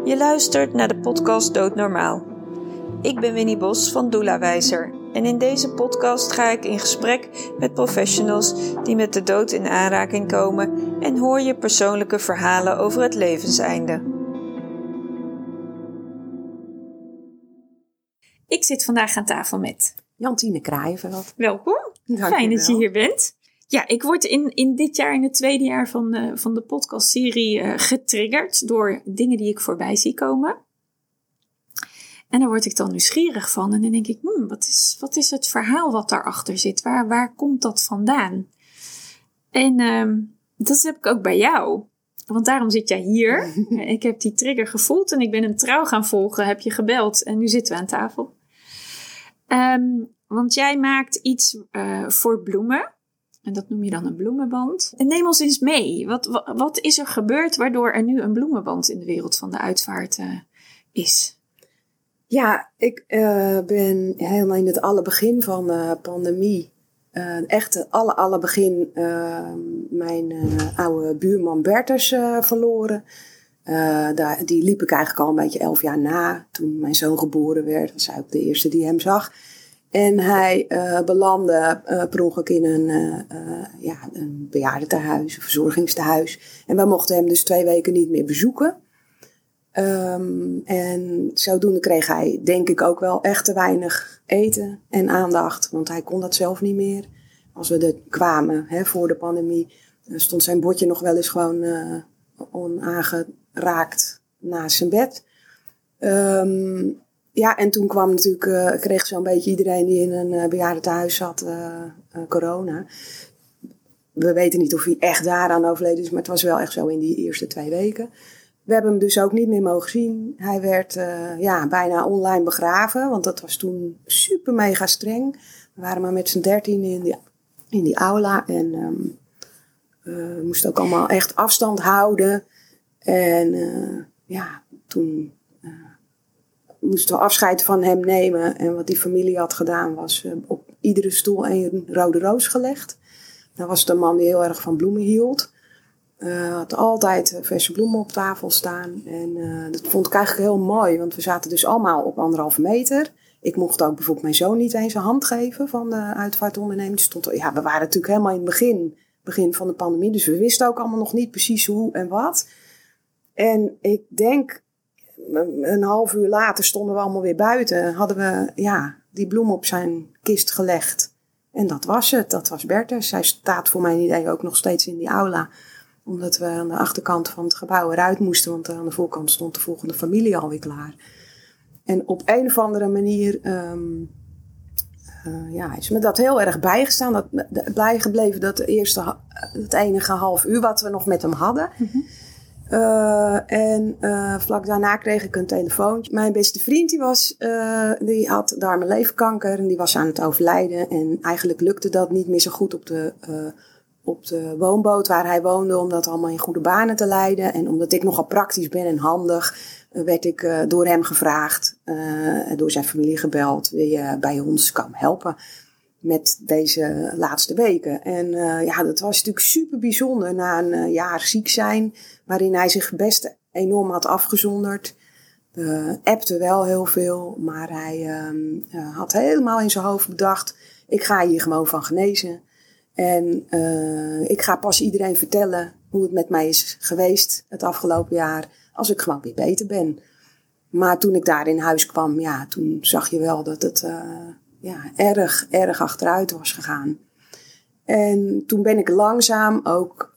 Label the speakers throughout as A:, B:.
A: Je luistert naar de podcast Doodnormaal. Ik ben Winnie Bos van Doula-wijzer en in deze podcast ga ik in gesprek met professionals die met de dood in aanraking komen en hoor je persoonlijke verhalen over het levenseinde. Ik zit vandaag aan tafel met
B: Jantine Kraaienveld.
A: Welkom, fijn dat je hier bent. Ja, ik word in dit jaar, in het tweede jaar van de podcastserie getriggerd door dingen die ik voorbij zie komen. En daar word ik dan nieuwsgierig van. En dan denk ik, wat is het verhaal wat daarachter zit? Waar komt dat vandaan? En dat heb ik ook bij jou. Want daarom zit jij hier. Ik heb die trigger gevoeld en ik ben hem trouw gaan volgen. Heb je gebeld en nu zitten we aan tafel. Want jij maakt iets voor bloemen. En dat noem je dan een bloemenband. En neem ons eens mee. Wat is er gebeurd waardoor er nu een bloemenband in de wereld van de uitvaart is?
B: Ja, ik ben helemaal in het alle begin van de pandemie. Echt het alle begin mijn oude buurman Bertus verloren. Die liep ik eigenlijk al een beetje 11 jaar na. Toen mijn zoon geboren werd, was hij ook de eerste die hem zag. En hij belandde per ongeluk in een bejaardentehuis, een verzorgingstehuis. En wij mochten hem dus 2 weken niet meer bezoeken. En zodoende kreeg hij, denk ik, ook wel echt te weinig eten en aandacht. Want hij kon dat zelf niet meer. Als we er kwamen voor de pandemie, stond zijn bordje nog wel eens gewoon onaangeraakt naast zijn bed. Ja, en toen kwam natuurlijk, kreeg zo'n beetje iedereen die in een bejaardentehuis zat, corona. We weten niet of hij echt daaraan overleden is, maar het was wel echt zo in die eerste 2 weken. We hebben hem dus ook niet meer mogen zien. Hij werd bijna online begraven, want dat was toen super mega streng. We waren maar met z'n 13 in die aula en we moesten ook allemaal echt afstand houden. En toen moesten we afscheid van hem nemen. En wat die familie had gedaan was op iedere stoel 1 rode roos gelegd. Dat was de man die heel erg van bloemen hield. Had altijd verse bloemen op tafel staan. En dat vond ik eigenlijk heel mooi. Want we zaten dus allemaal op 1,5 meter. Ik mocht ook bijvoorbeeld mijn zoon niet eens een hand geven van de uitvaartonderneming. We waren natuurlijk helemaal in het begin van de pandemie. Dus we wisten ook allemaal nog niet precies hoe en wat. En ik denk, een half uur later stonden we allemaal weer buiten. Hadden we die bloem op zijn kist gelegd. En dat was het. Dat was Bertus. Hij staat voor mijn idee ook nog steeds in die aula. Omdat we aan de achterkant van het gebouw eruit moesten. Want aan de voorkant stond de volgende familie alweer klaar. En op een of andere manier is me dat heel erg bijgestaan. Bijgebleven dat het enige half uur wat we nog met hem hadden. Mm-hmm. Vlak daarna kreeg ik een telefoontje. Mijn beste vriend die had darm- en leverkanker. En die was aan het overlijden. En eigenlijk lukte dat niet meer zo goed op de woonboot waar hij woonde, om dat allemaal in goede banen te leiden. En omdat ik nogal praktisch ben en handig, werd ik door hem gevraagd, door zijn familie gebeld, wil je bij ons komen helpen met deze laatste weken. En dat was natuurlijk super bijzonder na een jaar ziek zijn, waarin hij zich best enorm had afgezonderd. Appte wel heel veel, maar hij had helemaal in zijn hoofd bedacht, ik ga hier gewoon van genezen. En ik ga pas iedereen vertellen hoe het met mij is geweest het afgelopen jaar, als ik gewoon weer beter ben. Maar toen ik daar in huis kwam, toen zag je wel dat het erg achteruit was gegaan. En toen ben ik langzaam ook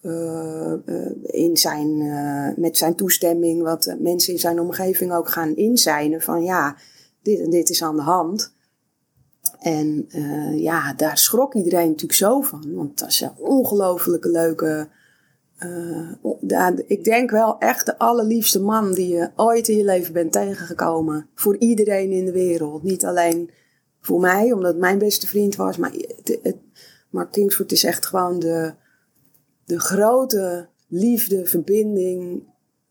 B: met zijn toestemming, wat mensen in zijn omgeving ook gaan inzijnen van dit en dit is aan de hand. En daar schrok iedereen natuurlijk zo van. Want dat is een ongelofelijke leuke. Ik denk wel echt de allerliefste man die je ooit in je leven bent tegengekomen. Voor iedereen in de wereld. Niet alleen voor mij, omdat het mijn beste vriend was. Maar Mark Kingsford is echt gewoon de grote liefde, verbinding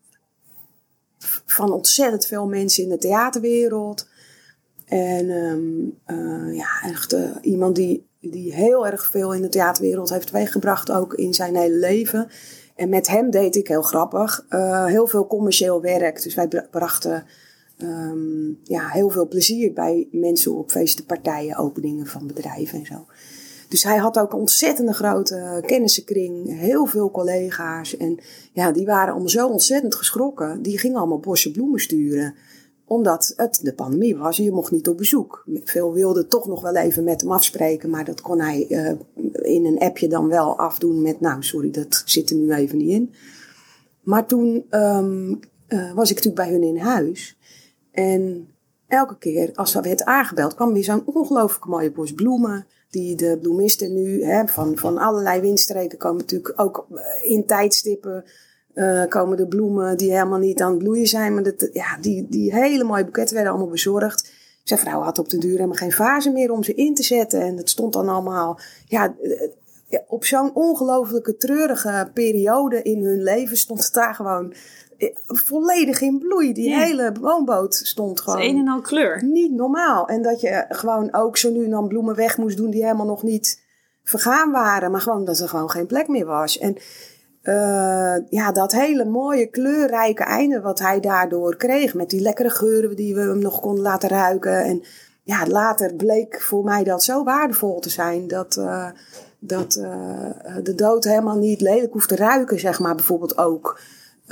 B: van ontzettend veel mensen in de theaterwereld. En echt iemand die heel erg veel in de theaterwereld heeft teweeggebracht, ook in zijn hele leven. En met hem deed ik heel grappig heel veel commercieel werk. Dus wij brachten heel veel plezier bij mensen op feesten, partijen, openingen van bedrijven en zo. Dus hij had ook een ontzettende grote kennissenkring, heel veel collega's. En ja, die waren allemaal zo ontzettend geschrokken. Die gingen allemaal bossen bloemen sturen. Omdat het de pandemie was en je mocht niet op bezoek. Veel wilden toch nog wel even met hem afspreken. Maar dat kon hij in een appje dan wel afdoen met... Nou, sorry, dat zit er nu even niet in. Maar toen was ik natuurlijk bij hun in huis. En elke keer als er werd aangebeld, kwam weer zo'n ongelooflijk mooie bos bloemen. Die de bloemisten nu van allerlei windstreken komen natuurlijk ook in tijdstippen. Komen de bloemen die helemaal niet aan het bloeien zijn. Maar die hele mooie boeketten werden allemaal bezorgd. Zijn vrouw had op de duur helemaal geen vazen meer om ze in te zetten. En het stond dan allemaal op zo'n ongelooflijke treurige periode in hun leven stond het daar gewoon volledig in bloei. Die hele woonboot stond gewoon...
A: Het is een en al kleur.
B: Niet normaal. En dat je gewoon ook zo nu en dan bloemen weg moest doen die helemaal nog niet vergaan waren. Maar gewoon dat er gewoon geen plek meer was. En dat hele mooie kleurrijke einde wat hij daardoor kreeg. Met die lekkere geuren die we hem nog konden laten ruiken. En ja, later bleek voor mij dat zo waardevol te zijn. Dat de dood helemaal niet lelijk hoeft te ruiken, zeg maar, bijvoorbeeld ook.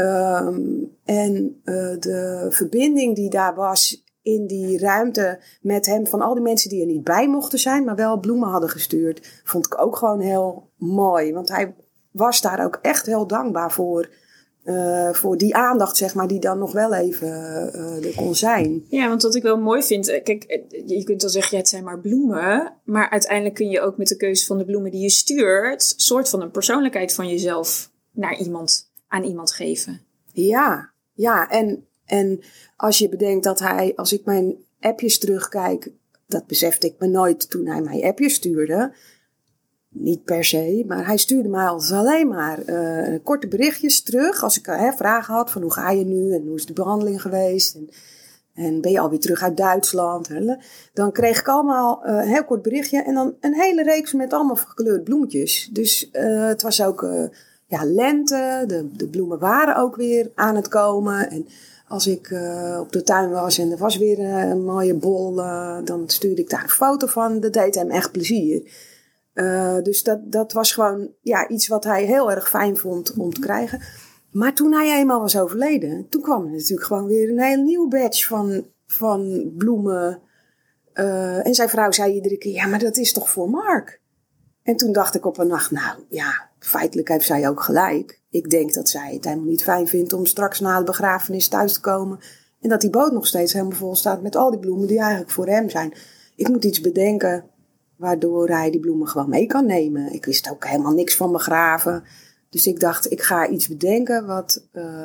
B: De verbinding die daar was in die ruimte met hem, van al die mensen die er niet bij mochten zijn, maar wel bloemen hadden gestuurd, vond ik ook gewoon heel mooi. Want hij was daar ook echt heel dankbaar voor die aandacht, zeg maar, die dan nog wel even er kon zijn.
A: Ja, want wat ik wel mooi vind, kijk, je kunt wel zeggen, ja, het zijn maar bloemen, maar uiteindelijk kun je ook met de keuze van de bloemen die je stuurt, een soort van een persoonlijkheid van jezelf aan iemand geven.
B: Ja, en als je bedenkt dat hij, als ik mijn appjes terugkijk, dat besefte ik me nooit toen hij mij appjes stuurde. Niet per se, maar hij stuurde mij altijd alleen maar korte berichtjes terug. Als ik vragen had van hoe ga je nu en hoe is de behandeling geweest en ben je alweer terug uit Duitsland. Dan kreeg ik allemaal een heel kort berichtje en dan een hele reeks met allemaal gekleurde bloemetjes. Dus het was ook lente, de bloemen waren ook weer aan het komen. En als ik op de tuin was en er was weer een mooie bol, dan stuurde ik daar een foto van. Dat deed hem echt plezier. Dus dat was gewoon iets wat hij heel erg fijn vond om te krijgen. Maar toen hij eenmaal was overleden, toen kwam er natuurlijk gewoon weer een hele nieuwe batch van bloemen. En zijn vrouw zei iedere keer, ja, maar dat is toch voor Mark? En toen dacht ik op een nacht, nou ja, feitelijk heeft zij ook gelijk. Ik denk dat zij het helemaal niet fijn vindt om straks na de begrafenis thuis te komen. En dat die boot nog steeds helemaal vol staat met al die bloemen die eigenlijk voor hem zijn. Ik moet iets bedenken waardoor hij die bloemen gewoon mee kan nemen. Ik wist ook helemaal niks van begraven. Dus ik dacht, ik ga iets bedenken wat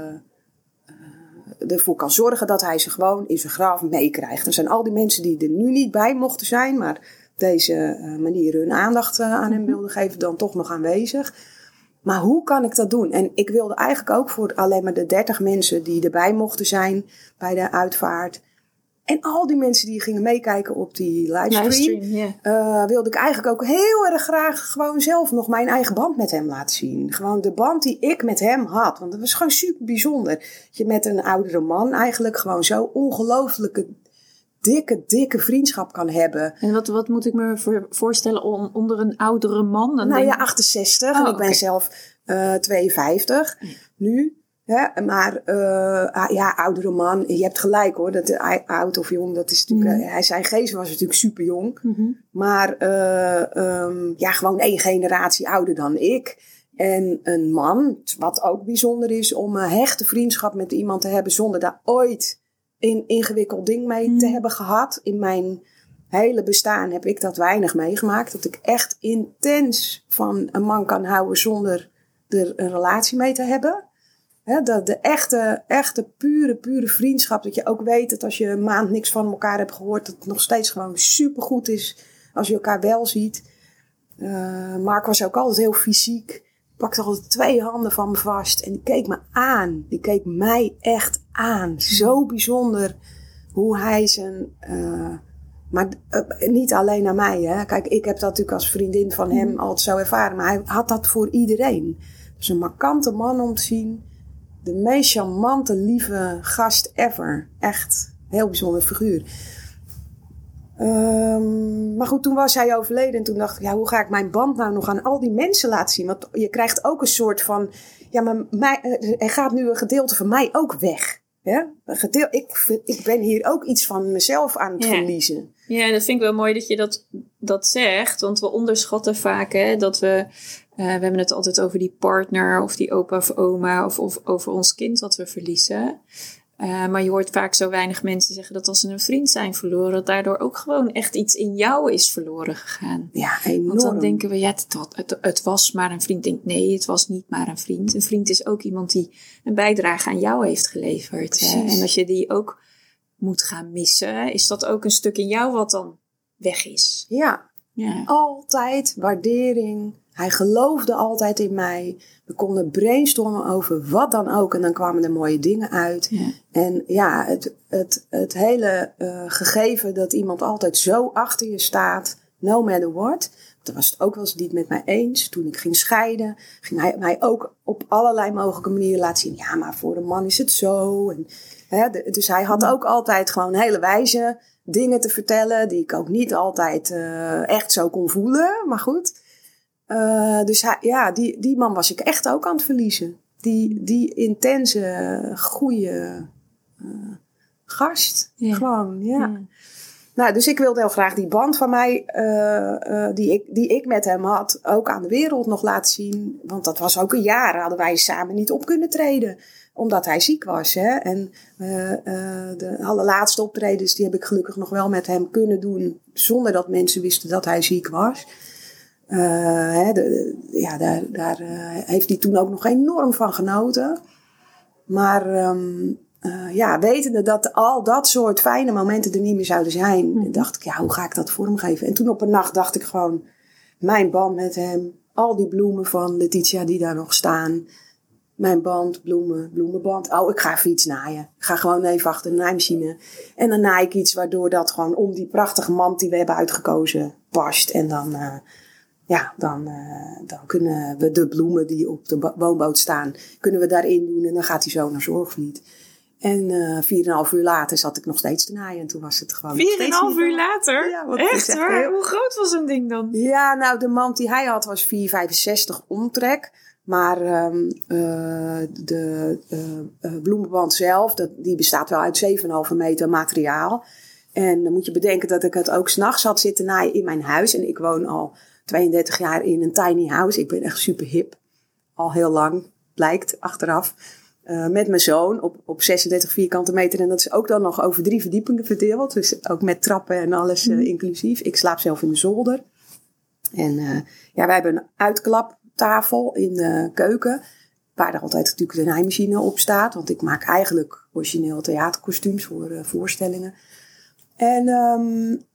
B: ervoor kan zorgen dat hij ze gewoon in zijn graf meekrijgt. Er zijn al die mensen die er nu niet bij mochten zijn, maar deze manier hun aandacht aan hem wilden geven, dan toch nog aanwezig. Maar hoe kan ik dat doen? En ik wilde eigenlijk ook voor alleen maar de 30 mensen die erbij mochten zijn bij de uitvaart. En al die mensen die gingen meekijken op die livestream. Wilde ik eigenlijk ook heel erg graag gewoon zelf nog mijn eigen band met hem laten zien. Gewoon de band die ik met hem had. Want dat was gewoon super bijzonder. Dat je met een oudere man eigenlijk gewoon zo ongelooflijke dikke vriendschap kan hebben.
A: En wat moet ik me voorstellen onder een oudere man?
B: Nou ja, 68. En ik ben zelf 52 nu. Ja, maar oudere man, je hebt gelijk hoor. Dat oud of jong, dat is natuurlijk. Zijn geest was natuurlijk super jong. Mm-hmm. Maar gewoon 1 generatie ouder dan ik. En een man, wat ook bijzonder is om een hechte vriendschap met iemand te hebben zonder daar ooit een ingewikkeld ding mee te hebben gehad. In mijn hele bestaan heb ik dat weinig meegemaakt. Dat ik echt intens van een man kan houden zonder er een relatie mee te hebben. Dat de echte pure vriendschap. Dat je ook weet dat als je een maand niks van elkaar hebt gehoord, dat het nog steeds gewoon supergoed is als je elkaar wel ziet. Mark was ook altijd heel fysiek. Pakte altijd 2 handen van me vast en die keek me aan. Die keek mij echt aan. Zo bijzonder hoe hij zijn... maar niet alleen naar mij. Hè. Kijk, ik heb dat natuurlijk als vriendin van hem altijd zo ervaren. Maar hij had dat voor iedereen. was een markante man om te zien. De meest charmante, lieve gast ever. Echt heel bijzonder figuur. Maar goed, toen was hij overleden. En toen dacht ik, hoe ga ik mijn band nou nog aan al die mensen laten zien? Want je krijgt ook een soort van... er gaat nu een gedeelte van mij ook weg. Ja? Ik ben hier ook iets van mezelf aan het verliezen.
A: Ja, dat vind ik wel mooi dat je dat zegt. Want we onderschatten vaak dat we hebben het altijd over die partner of die opa of oma of over ons kind wat we verliezen. Maar je hoort vaak zo weinig mensen zeggen dat als ze een vriend zijn verloren, dat daardoor ook gewoon echt iets in jou is verloren gegaan.
B: Ja, enorm.
A: Want dan denken we, het was maar een vriend. Denk, nee, het was niet maar een vriend. Een vriend is ook iemand die een bijdrage aan jou heeft geleverd. En als je die ook moet gaan missen, is dat ook een stuk in jou wat dan weg is.
B: Ja. Altijd waardering. Hij geloofde altijd in mij. We konden brainstormen over wat dan ook. En dan kwamen er mooie dingen uit. Ja. En het hele gegeven dat iemand altijd zo achter je staat. No matter what. Dat was het ook wel eens niet met mij eens. Toen ik ging scheiden, ging hij mij ook op allerlei mogelijke manieren laten zien. Ja, maar voor een man is het zo. En, dus hij had ook altijd gewoon hele wijze dingen te vertellen. Die ik ook niet altijd echt zo kon voelen. Maar goed. Dus die man was ik echt ook aan het verliezen. Die intense, goede gast. Ja. Gewoon, ja. Nou, dus ik wilde heel graag die band van mij, die ik met hem had, ook aan de wereld nog laten zien. Want dat was ook een jaar, hadden wij samen niet op kunnen treden. Omdat hij ziek was. Hè? En de allerlaatste optredens, die heb ik gelukkig nog wel met hem kunnen doen. Zonder dat mensen wisten dat hij ziek was. Daar heeft hij toen ook nog enorm van genoten. Maar wetende dat al dat soort fijne momenten er niet meer zouden zijn, dacht ik, hoe ga ik dat vormgeven? En toen op een nacht dacht ik gewoon, mijn band met hem, al die bloemen van Letitia die daar nog staan, mijn band, bloemenband. Ik ga even iets naaien. Ik ga gewoon even achter de naaimachine. En dan naai ik iets waardoor dat gewoon om die prachtige mand die we hebben uitgekozen past. En dan kunnen we de bloemen die op de woonboot staan, kunnen we daarin doen. En dan gaat hij zo naar Zorgvliet. En 4,5 uur later zat ik nog steeds te naaien. En toen was het gewoon
A: 4,5 uur later?
B: Ja,
A: echt waar? Hoe groot was een ding dan?
B: Ja, nou de mand die hij had was 4,65 omtrek. Maar de bloemenband zelf, die bestaat wel uit 7,5 meter materiaal. En dan moet je bedenken dat ik het ook 's nachts had zitten naaien in mijn huis. En ik woon al 32 jaar in een tiny house. Ik ben echt super hip. Al heel lang, blijkt achteraf. Met mijn zoon op 36 vierkante meter. En dat is ook dan nog over 3 verdiepingen verdeeld. Dus ook met trappen en alles inclusief. Ik slaap zelf in de zolder. En wij hebben een uitklaptafel in de keuken. Waar er altijd natuurlijk de naaimachine op staat. Want ik maak eigenlijk origineel theaterkostuums voor voorstellingen. En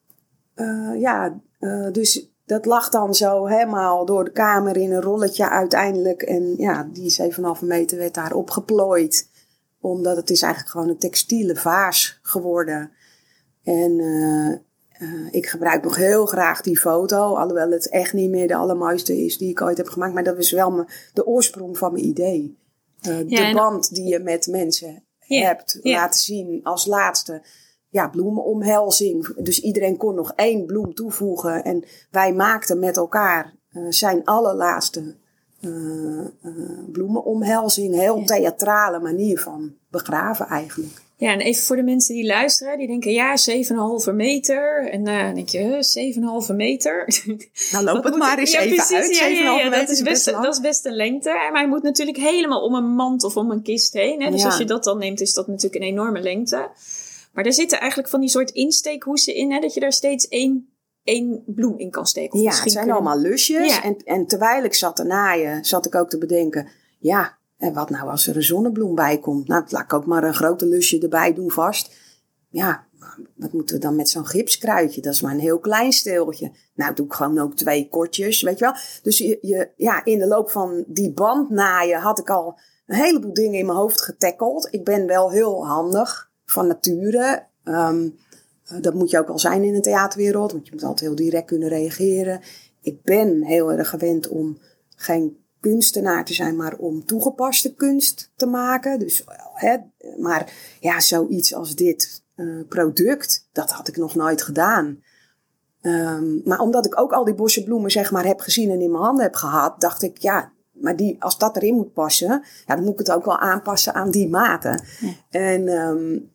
B: dus dat lag dan zo helemaal door de kamer in een rolletje uiteindelijk. En die 7,5 meter werd daar opgeplooid. Omdat het is eigenlijk gewoon een textiele vaas geworden. En ik gebruik nog heel graag die foto. Alhoewel het echt niet meer de allermooiste is die ik ooit heb gemaakt. Maar dat is wel de oorsprong van mijn idee. De band die je met mensen hebt laten zien als laatste. Ja, bloemenomhelzing. Dus iedereen kon nog 1 bloem toevoegen. En wij maakten met elkaar zijn allerlaatste bloemenomhelzing. Heel theatrale manier van begraven eigenlijk.
A: Ja, en even voor de mensen die luisteren. Die denken, 7,5 meter. En dan denk je, 7,5 meter.
B: Nou, loop het maar eens even precies, uit. 7,5 meter
A: dat is best een lengte. Maar hij moet natuurlijk helemaal om een mand of om een kist heen. Hè? Dus als je dat dan neemt, is dat natuurlijk een enorme lengte. Maar daar zitten eigenlijk van die soort insteekhoesen in, hè, dat je daar steeds één bloem in kan steken.
B: Ja, het zijn allemaal lusjes. Ja. En terwijl ik zat te naaien, zat ik ook te bedenken, en wat nou als er een zonnebloem bij komt? Nou, laat ik ook maar een grote lusje erbij doen vast. Ja, wat moeten we dan met zo'n gipskruidje? Dat is maar een heel klein steeltje. Nou, doe ik gewoon ook 2 kortjes, weet je wel. Dus in de loop van die band naaien had ik al een heleboel dingen in mijn hoofd getackeld. Ik ben wel heel handig van nature. Dat moet je ook wel zijn in een theaterwereld. Want je moet altijd heel direct kunnen reageren. Ik ben heel erg gewend om geen kunstenaar te zijn, maar om toegepaste kunst te maken. Dus, maar ja, zoiets als dit product, dat had ik nog nooit gedaan. Maar omdat ik ook al die bossen bloemen zeg maar heb gezien en in mijn handen heb gehad, dacht ik, ja, maar als dat erin moet passen, ja, dan moet ik het ook wel aanpassen aan die maten. Ja. En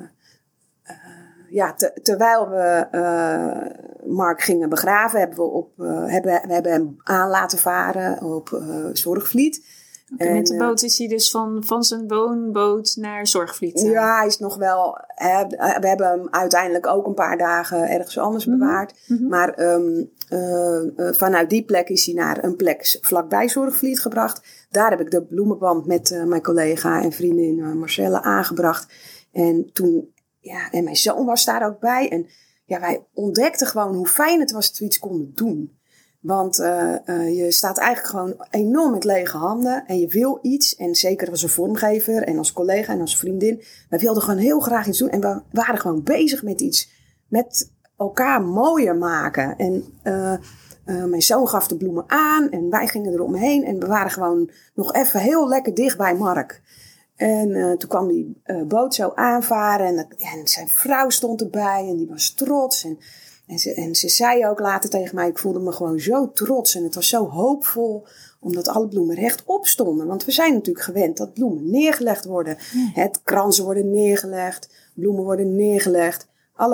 B: terwijl we Mark gingen begraven, hebben hem aan laten varen op Zorgvliet.
A: Okay, met de boot is hij dus van zijn woonboot naar Zorgvliet.
B: Ja, hij is nog wel. We hebben hem uiteindelijk ook een paar dagen ergens anders bewaard. Mm-hmm. Maar vanuit die plek is hij naar een plek vlakbij Zorgvliet gebracht. Daar heb ik de bloemenband met mijn collega en vriendin Marcelle aangebracht. En toen, ja, en mijn zoon was daar ook bij. En ja, wij ontdekten gewoon hoe fijn het was dat we iets konden doen. Want je staat eigenlijk gewoon enorm met lege handen. En je wil iets. En zeker als een vormgever en als collega en als vriendin. Wij wilden gewoon heel graag iets doen. En we waren gewoon bezig met iets. Met elkaar mooier maken. En mijn zoon gaf de bloemen aan. En wij gingen eromheen. En we waren gewoon nog even heel lekker dicht bij Mark. En toen kwam die boot zo aanvaren. En zijn vrouw stond erbij. En die was trots. En ze zei ook later tegen mij, ik voelde me gewoon zo trots. En het was zo hoopvol, omdat alle bloemen rechtop stonden. Want we zijn natuurlijk gewend dat bloemen neergelegd worden. Het kransen worden neergelegd, bloemen worden neergelegd.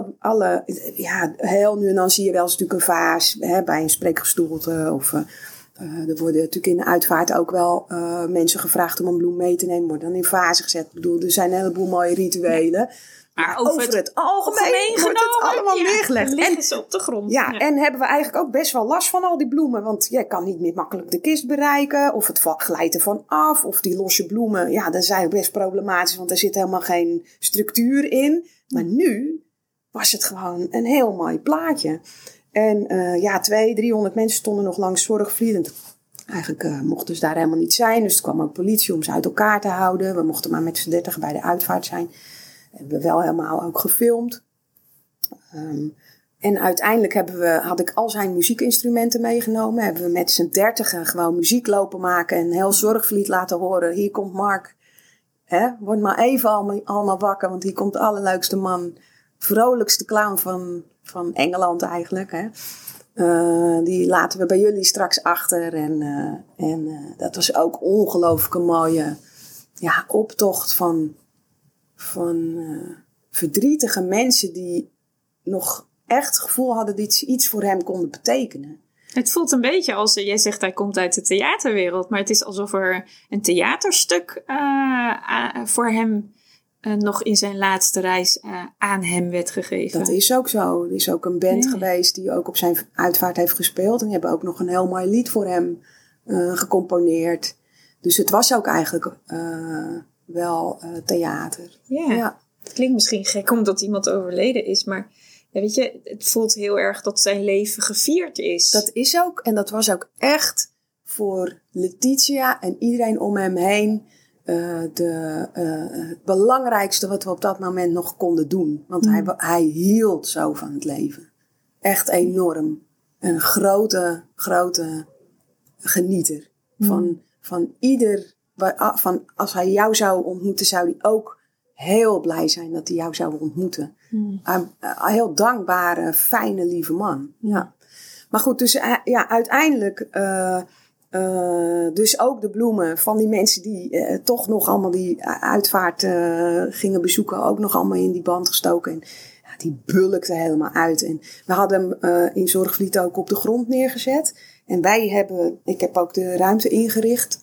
B: Heel nu en dan zie je wel eens natuurlijk een vaas bij een spreekgestoelte. Of er worden natuurlijk in de uitvaart ook wel mensen gevraagd om een bloem mee te nemen. Worden dan in vazen gezet. Ik bedoel, er zijn een heleboel mooie rituelen.
A: Maar over het algemeen
B: wordt het allemaal neergelegd.
A: Liggen ze op de grond.
B: Ja, en hebben we eigenlijk ook best wel last van al die bloemen. Want je kan niet meer makkelijk de kist bereiken. Of het glijdt ervan af. Of die losse bloemen. Ja, dat zijn best problematisch. Want er zit helemaal geen structuur in. Maar nu was het gewoon een heel mooi plaatje. En 200-300 mensen stonden nog langs Zorgvliet. Eigenlijk mochten ze daar helemaal niet zijn. Dus er kwam ook politie om ze uit elkaar te houden. We mochten maar met z'n 30 bij de uitvaart zijn. Hebben we wel helemaal ook gefilmd. En uiteindelijk had ik al zijn muziekinstrumenten meegenomen. Hebben we met z'n 30 gewoon muziek lopen maken. En heel Zorgvliet laten horen. Hier komt Mark. Word maar even allemaal wakker. Want hier komt de allerleukste man. Vrolijkste clown van Engeland eigenlijk. Die laten we bij jullie straks achter. En dat was ook ongelooflijk een mooie optocht van verdrietige mensen die nog echt het gevoel hadden dat ze iets voor hem konden betekenen.
A: Het voelt een beetje als, jij zegt hij komt uit de theaterwereld, maar het is alsof er een theaterstuk voor hem nog in zijn laatste reis aan hem werd gegeven.
B: Dat is ook zo. Er is ook een band geweest die ook op zijn uitvaart heeft gespeeld. En die hebben ook nog een heel mooi lied voor hem gecomponeerd. Dus het was ook eigenlijk wel theater.
A: Ja. Het klinkt misschien gek omdat iemand overleden is, maar ja, weet je, het voelt heel erg dat zijn leven gevierd is.
B: Dat is ook, en dat was ook echt voor Letitia en iedereen om hem heen het belangrijkste wat we op dat moment nog konden doen. Want hij hield zo van het leven. Echt enorm. Een grote genieter. Van ieder, als hij jou zou ontmoeten, zou hij ook heel blij zijn dat hij jou zou ontmoeten. Een heel dankbare, fijne, lieve man. Ja. Maar goed, dus uiteindelijk dus ook de bloemen van die mensen die toch nog allemaal die uitvaart gingen bezoeken, ook nog allemaal in die band gestoken. En die bulkte helemaal uit. En we hadden hem in Zorgvliet ook op de grond neergezet. En ik heb ook de ruimte ingericht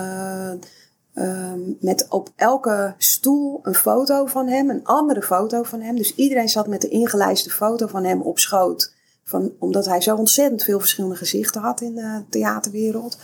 B: met op elke stoel een foto van hem, een andere foto van hem. Dus iedereen zat met de ingelijste foto van hem op schoot. Omdat hij zo ontzettend veel verschillende gezichten had in de theaterwereld.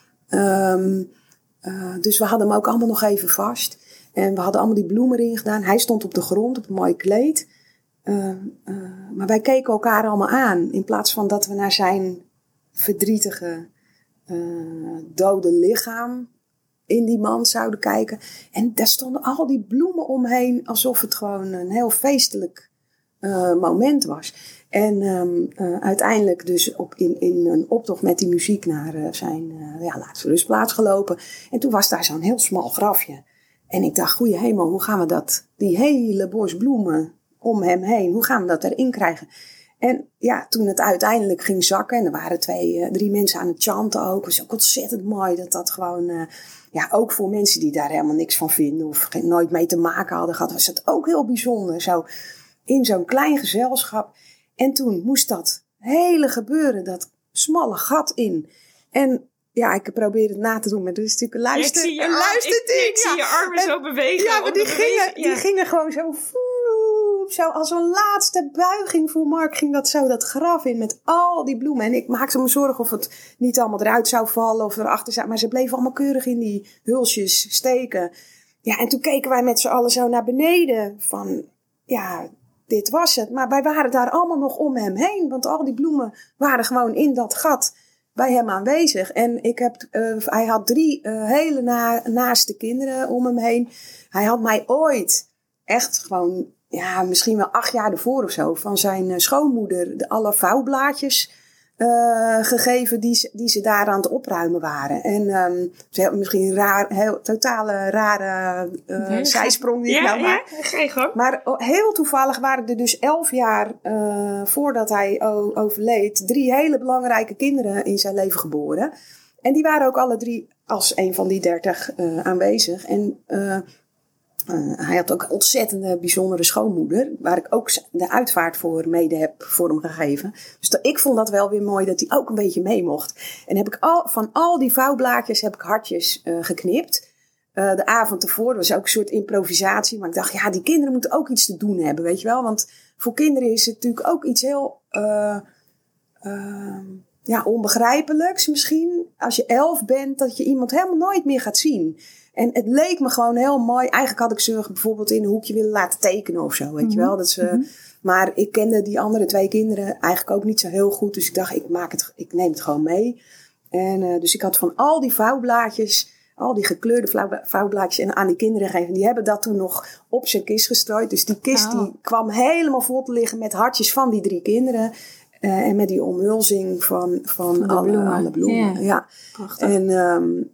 B: Dus we hadden hem ook allemaal nog even vast. En we hadden allemaal die bloemen erin gedaan. Hij stond op de grond op een mooi kleed. Maar wij keken elkaar allemaal aan. In plaats van dat we naar zijn verdrietige, dode lichaam in die mand zouden kijken. En daar stonden al die bloemen omheen. Alsof het gewoon een heel feestelijk moment was. En uiteindelijk dus in een optocht met die muziek naar zijn laatste rustplaats gelopen. En toen was daar zo'n heel smal grafje. En ik dacht, goeie hemel, hoe gaan we die hele bos bloemen om hem heen, hoe gaan we dat erin krijgen? En ja, toen het uiteindelijk ging zakken, en er waren 3 mensen aan het chanten ook, was ook ontzettend mooi dat gewoon, ook voor mensen die daar helemaal niks van vinden of nooit mee te maken hadden gehad, was het ook heel bijzonder, zo in zo'n klein gezelschap. En toen moest dat hele gebeuren, dat smalle gat in. En ja, ik probeer het na te doen, maar er is natuurlijk een luisterding.
A: Ik zie je armen zo bewegen.
B: Ja, maar die gingen gewoon zo als een laatste buiging voor Mark ging dat zo dat graf in met al die bloemen. En ik maakte me zorgen of het niet allemaal eruit zou vallen of erachter zou. Maar ze bleven allemaal keurig in die hulsjes steken. Ja, en toen keken wij met z'n allen zo naar beneden van, ja, dit was het. Maar wij waren daar allemaal nog om hem heen, want al die bloemen waren gewoon in dat gat bij hem aanwezig. En hij had 3 hele naaste kinderen om hem heen. Hij had mij ooit echt gewoon, ja, misschien wel 8 jaar ervoor of zo, van zijn schoonmoeder alle vouwblaadjes gegeven die ze daar aan het opruimen waren. En ze hebben misschien een totale rare zijsprong die ik nou maak.
A: Geen gang.
B: Maar heel toevallig waren er dus 11 jaar voordat hij overleed 3 hele belangrijke kinderen in zijn leven geboren. En die waren ook alle 3 als een van die 30 aanwezig. En hij had ook een ontzettende bijzondere schoonmoeder, waar ik ook de uitvaart voor mede heb voor hem gegeven. Dus ik vond dat wel weer mooi dat hij ook een beetje mee mocht. En heb ik van al die vouwblaadjes heb ik hartjes geknipt. De avond ervoor, dat was ook een soort improvisatie. Maar ik dacht, ja, die kinderen moeten ook iets te doen hebben, weet je wel. Want voor kinderen is het natuurlijk ook iets heel onbegrijpelijks misschien. Als je 11 bent, dat je iemand helemaal nooit meer gaat zien. En het leek me gewoon heel mooi. Eigenlijk had ik ze bijvoorbeeld in een hoekje willen laten tekenen of zo, weet je wel. Dat ze, maar ik kende die andere 2 kinderen eigenlijk ook niet zo heel goed. Dus ik dacht, ik neem het gewoon mee. En dus ik had van al die vouwblaadjes, al die gekleurde vouwblaadjes en aan die kinderen gegeven. Die hebben dat toen nog op zijn kist gestrooid. Dus die kist die kwam helemaal vol te liggen met hartjes van die 3 kinderen. En met die omhulzing van alle bloemen. Ja.
A: Prachtig.
B: En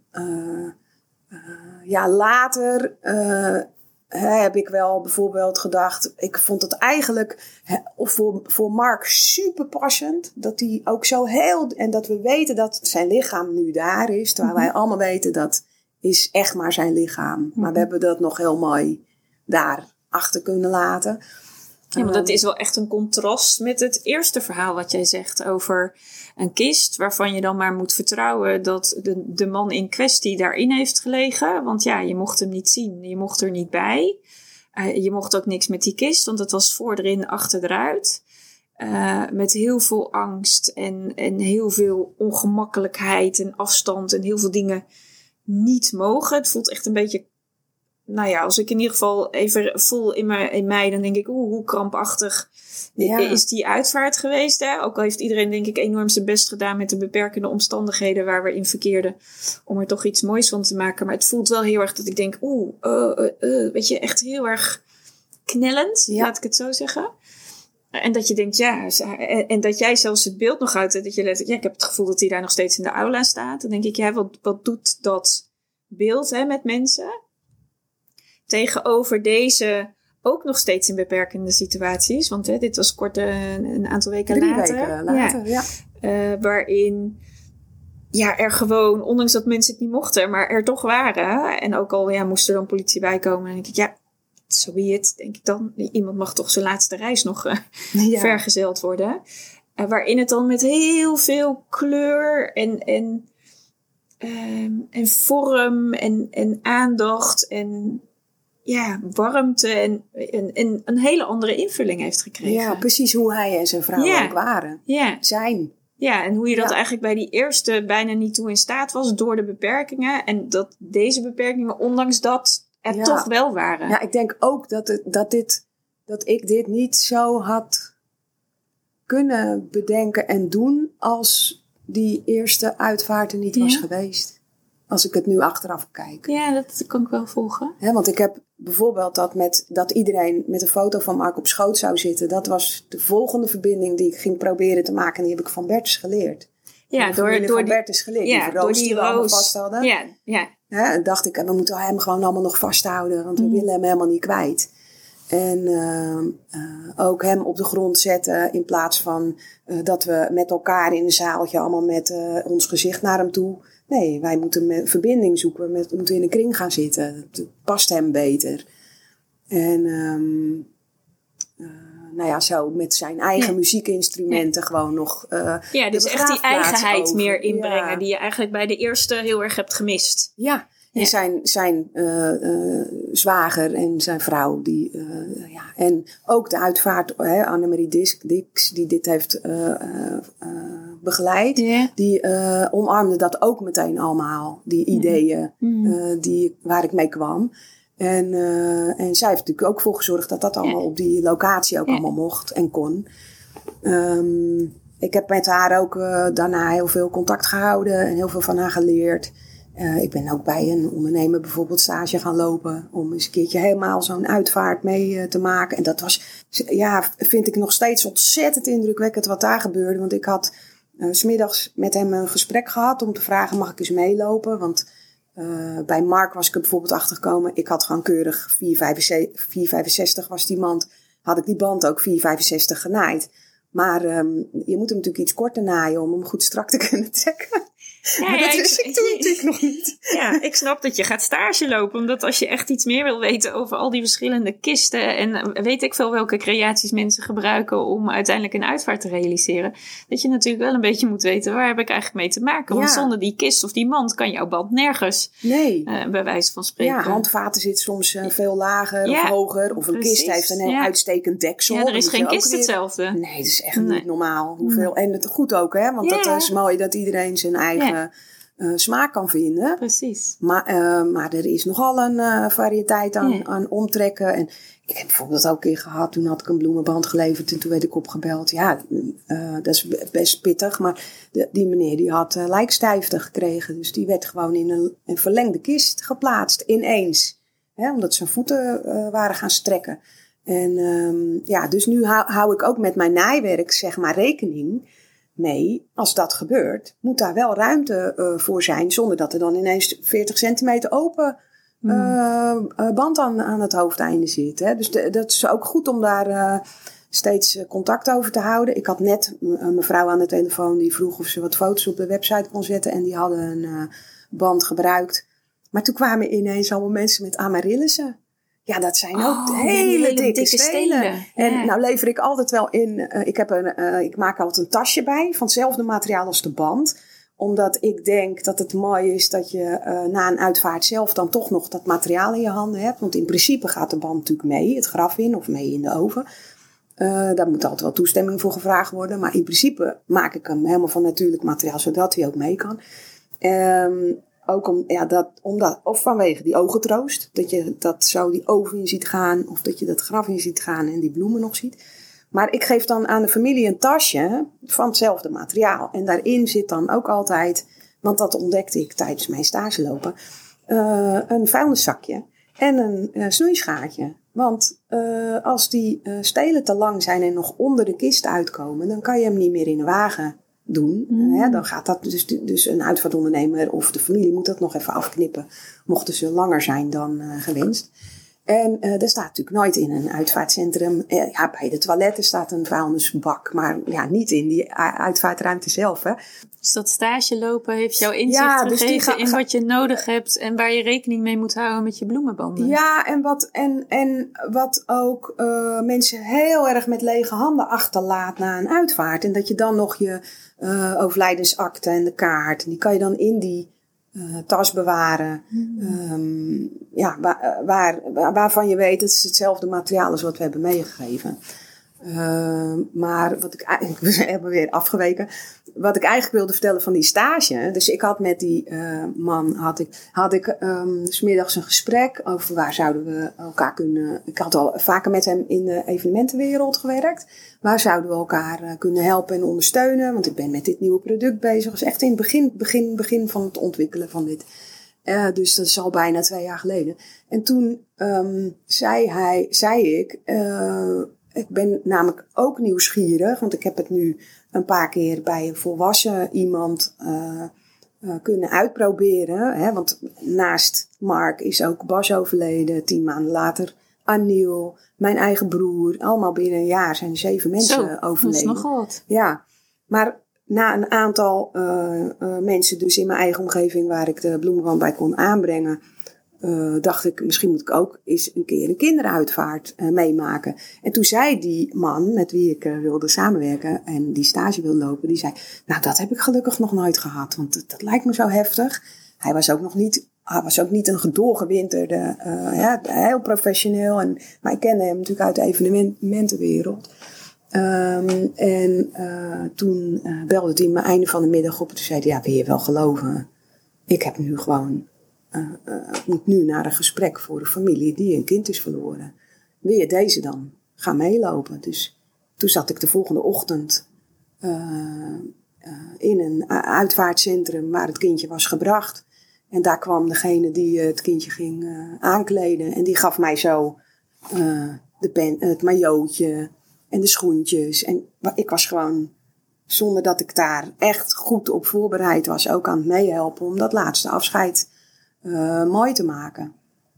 B: later heb ik wel bijvoorbeeld gedacht, ik vond het eigenlijk voor Mark super passend, dat hij ook zo heel, en dat we weten dat zijn lichaam nu daar is, terwijl wij allemaal weten dat is echt maar zijn lichaam. Maar we hebben dat nog heel mooi daar achter kunnen laten.
A: Ja, maar dat is wel echt een contrast met het eerste verhaal wat jij zegt over een kist, waarvan je dan maar moet vertrouwen dat de man in kwestie daarin heeft gelegen. Want ja, je mocht hem niet zien, je mocht er niet bij. Je mocht ook niks met die kist, want het was voor erin, achter eruit. Met heel veel angst en heel veel ongemakkelijkheid en afstand en heel veel dingen niet mogen. Het voelt echt een beetje, nou ja, als ik in ieder geval even voel in mij, dan denk ik, hoe krampachtig is die uitvaart geweest. Hè? Ook al heeft iedereen, denk ik, enorm zijn best gedaan met de beperkende omstandigheden waar we in verkeerden, om er toch iets moois van te maken. Maar het voelt wel heel erg dat ik denk, weet je, echt heel erg knellend, laat ik het zo zeggen. En dat je denkt, ja, en dat jij zelfs het beeld nog uit, dat je let, ja, ik heb het gevoel dat hij daar nog steeds in de aula staat. Dan denk ik, ja, wat doet dat beeld met mensen? Tegenover deze ook nog steeds in beperkende situaties. Want dit was kort een aantal weken
B: 3
A: later.
B: weken later, ja.
A: Waarin er gewoon, ondanks dat mensen het niet mochten, maar er toch waren. En ook al moest er dan politie bij komen. En denk ik, ja, so be it, denk ik dan. Iemand mag toch zijn laatste reis nog vergezeld worden. Waarin het dan met heel veel kleur en vorm en aandacht en warmte en een hele andere invulling heeft gekregen.
B: Ja, precies hoe hij en zijn vrouw ook waren.
A: Ja.
B: Zijn.
A: Ja, en hoe je dat eigenlijk bij die eerste bijna niet toe in staat was door de beperkingen. En dat deze beperkingen, ondanks dat, er toch wel waren.
B: Ja, ik denk ook dat ik dit niet zo had kunnen bedenken en doen als die eerste uitvaart er niet was geweest. Als ik het nu achteraf kijk.
A: Ja, dat kan ik wel volgen.
B: Want ik heb bijvoorbeeld dat iedereen met een foto van Mark op schoot zou zitten. Dat was de volgende verbinding die ik ging proberen te maken. En die heb ik van Bertus geleerd.
A: Ja, door
B: Bertus geleerd.
A: Ja,
B: die roos die we allemaal vast hadden.
A: Ja.
B: En dacht ik, we moeten hem gewoon allemaal nog vasthouden. Want we willen hem helemaal niet kwijt. En ook hem op de grond zetten in plaats van dat we met elkaar in een zaaltje allemaal met ons gezicht naar hem toe. Nee, wij moeten een verbinding zoeken. We moeten in een kring gaan zitten. Het past hem beter. En zo met zijn eigen muziekinstrumenten gewoon nog.
A: Dus echt die eigenheid meer inbrengen die je eigenlijk bij de eerste heel erg hebt gemist.
B: Ja. En zijn zwager en zijn vrouw. En ook de uitvaart, Annemarie Dix, die dit heeft begeleid. Yeah. Die omarmde dat ook meteen allemaal. Die ideeën waar ik mee kwam. En zij heeft natuurlijk ook voor gezorgd dat dat allemaal op die locatie ook allemaal mocht en kon. Ik heb met haar ook daarna heel veel contact gehouden en heel veel van haar geleerd. Ik ben ook bij een ondernemer bijvoorbeeld stage gaan lopen. Om eens een keertje helemaal zo'n uitvaart mee te maken. En dat was, vind ik nog steeds ontzettend indrukwekkend wat daar gebeurde. Want ik had 's middags met hem een gesprek gehad om te vragen, mag ik eens meelopen? Want bij Mark was ik er bijvoorbeeld achter gekomen. Ik had gewoon keurig 4,65 was die mand. Had ik die band ook 4,65 genaaid. Maar je moet hem natuurlijk iets korter naaien om hem goed strak te kunnen trekken. Maar dat wist ik toen natuurlijk nog niet.
A: Ja, ik snap dat je gaat stage lopen. Omdat als je echt iets meer wil weten over al die verschillende kisten. En weet ik veel welke creaties mensen gebruiken om uiteindelijk een uitvaart te realiseren. Dat je natuurlijk wel een beetje moet weten, waar heb ik eigenlijk mee te maken? Want zonder die kist of die mand kan jouw band nergens. Nee. Bij wijze van spreken.
B: Ja, handvaten zit soms veel lager of hoger. Of een kist heeft een heel uitstekend deksel.
A: Ja, er is geen kist hetzelfde.
B: Nee, dat is echt niet normaal. Hoeveel. En het goed ook, hè? Want dat is mooi dat iedereen zijn eigen smaak kan vinden.
A: Precies.
B: Maar er is nogal een variëteit aan omtrekken. En ik heb bijvoorbeeld ook een keer gehad, toen had ik een bloemenband geleverd en toen werd ik opgebeld. Ja, dat is best pittig, maar die meneer die had lijkstijfte gekregen. Dus die werd gewoon in een verlengde kist geplaatst, ineens. Omdat zijn voeten waren gaan strekken. En dus nu hou ik ook met mijn naaiwerk, zeg maar, rekening mee. Als dat gebeurt, moet daar wel ruimte voor zijn, zonder dat er dan ineens 40 centimeter open band aan het hoofdeinde zit. Hè. Dus dat is ook goed om daar steeds contact over te houden. Ik had net een mevrouw aan de telefoon die vroeg of ze wat foto's op de website kon zetten. En die hadden een band gebruikt. Maar toen kwamen ineens allemaal mensen met amaryllissen. Ja, dat zijn ook hele dikke stelen. En nou lever ik altijd wel in. Ik maak altijd een tasje bij van hetzelfde materiaal als de band. Omdat ik denk dat het mooi is dat je na een uitvaart zelf dan toch nog dat materiaal in je handen hebt. Want in principe gaat de band natuurlijk mee, het graf in of mee in de oven. Daar moet altijd wel toestemming voor gevraagd worden. Maar in principe maak ik hem helemaal van natuurlijk materiaal, zodat hij ook mee kan. Ook of vanwege die ogentroost. Dat je dat zo die oven in ziet gaan. Of dat je dat graf in ziet gaan en die bloemen nog ziet. Maar ik geef dan aan de familie een tasje van hetzelfde materiaal. En daarin zit dan ook altijd, want dat ontdekte ik tijdens mijn stage lopen, een vuilniszakje en een snoeischaartje. Want als die stelen te lang zijn en nog onder de kist uitkomen, dan kan je hem niet meer in de wagen doen. Dan gaat dat dus een uitvaartondernemer of de familie moet dat nog even afknippen. Mochten ze langer zijn dan gewenst. En er staat natuurlijk nooit in een uitvaartcentrum. Bij de toiletten staat een vuilnisbak. Maar niet in die uitvaartruimte zelf. Hè.
A: Dus dat stage lopen heeft jou inzicht gegeven in wat je nodig hebt. En waar je rekening mee moet houden met je bloemenbanden.
B: Ja, en wat ook mensen heel erg met lege handen achterlaat na een uitvaart. En dat je dan nog je overlijdensakte en de kaart. Die kan je dan in die tas bewaren. Waarvan je weet dat het hetzelfde materiaal is wat we hebben meegegeven. Maar wat ik eigenlijk, we hebben weer afgeweken. Wat ik eigenlijk wilde vertellen van die stage. Dus ik had met die man, had ik 's middags een gesprek over waar zouden we elkaar kunnen. Ik had al vaker met hem in de evenementenwereld gewerkt. Waar zouden we elkaar kunnen helpen en ondersteunen? Want ik ben met dit nieuwe product bezig. Dus echt in het begin van het ontwikkelen van dit. Dus dat is al bijna 2 jaar geleden. En toen zei ik ben namelijk ook nieuwsgierig, want ik heb het nu een paar keer bij een volwassen iemand kunnen uitproberen. Hè? Want naast Mark is ook Bas overleden, 10 maanden later Aniel, mijn eigen broer. Allemaal binnen een jaar zijn 7 mensen overleden.
A: Dat is nogal wat.
B: Ja, maar na een aantal mensen dus in mijn eigen omgeving waar ik de bloemenwand bij kon aanbrengen, dacht ik, misschien moet ik ook eens een keer een kinderuitvaart meemaken. En toen zei die man met wie ik wilde samenwerken en die stage wilde lopen, die zei, nou dat heb ik gelukkig nog nooit gehad, want dat lijkt me zo heftig. Hij was ook niet een gedolgewinterde, heel professioneel. Maar ik kende hem natuurlijk uit de evenementenwereld. Toen belde hij me einde van de middag op en toen zei hij, ja, wil je wel geloven? Ik heb nu gewoon, moet nu naar een gesprek voor een familie die een kind is verloren. Wil je deze dan? Ga meelopen. Dus toen zat ik de volgende ochtend in een uitvaartcentrum waar het kindje was gebracht. En daar kwam degene die het kindje ging aankleden. En die gaf mij zo het majootje en de schoentjes. En ik was gewoon, zonder dat ik daar echt goed op voorbereid was, ook aan het meehelpen om dat laatste afscheid mooi te maken.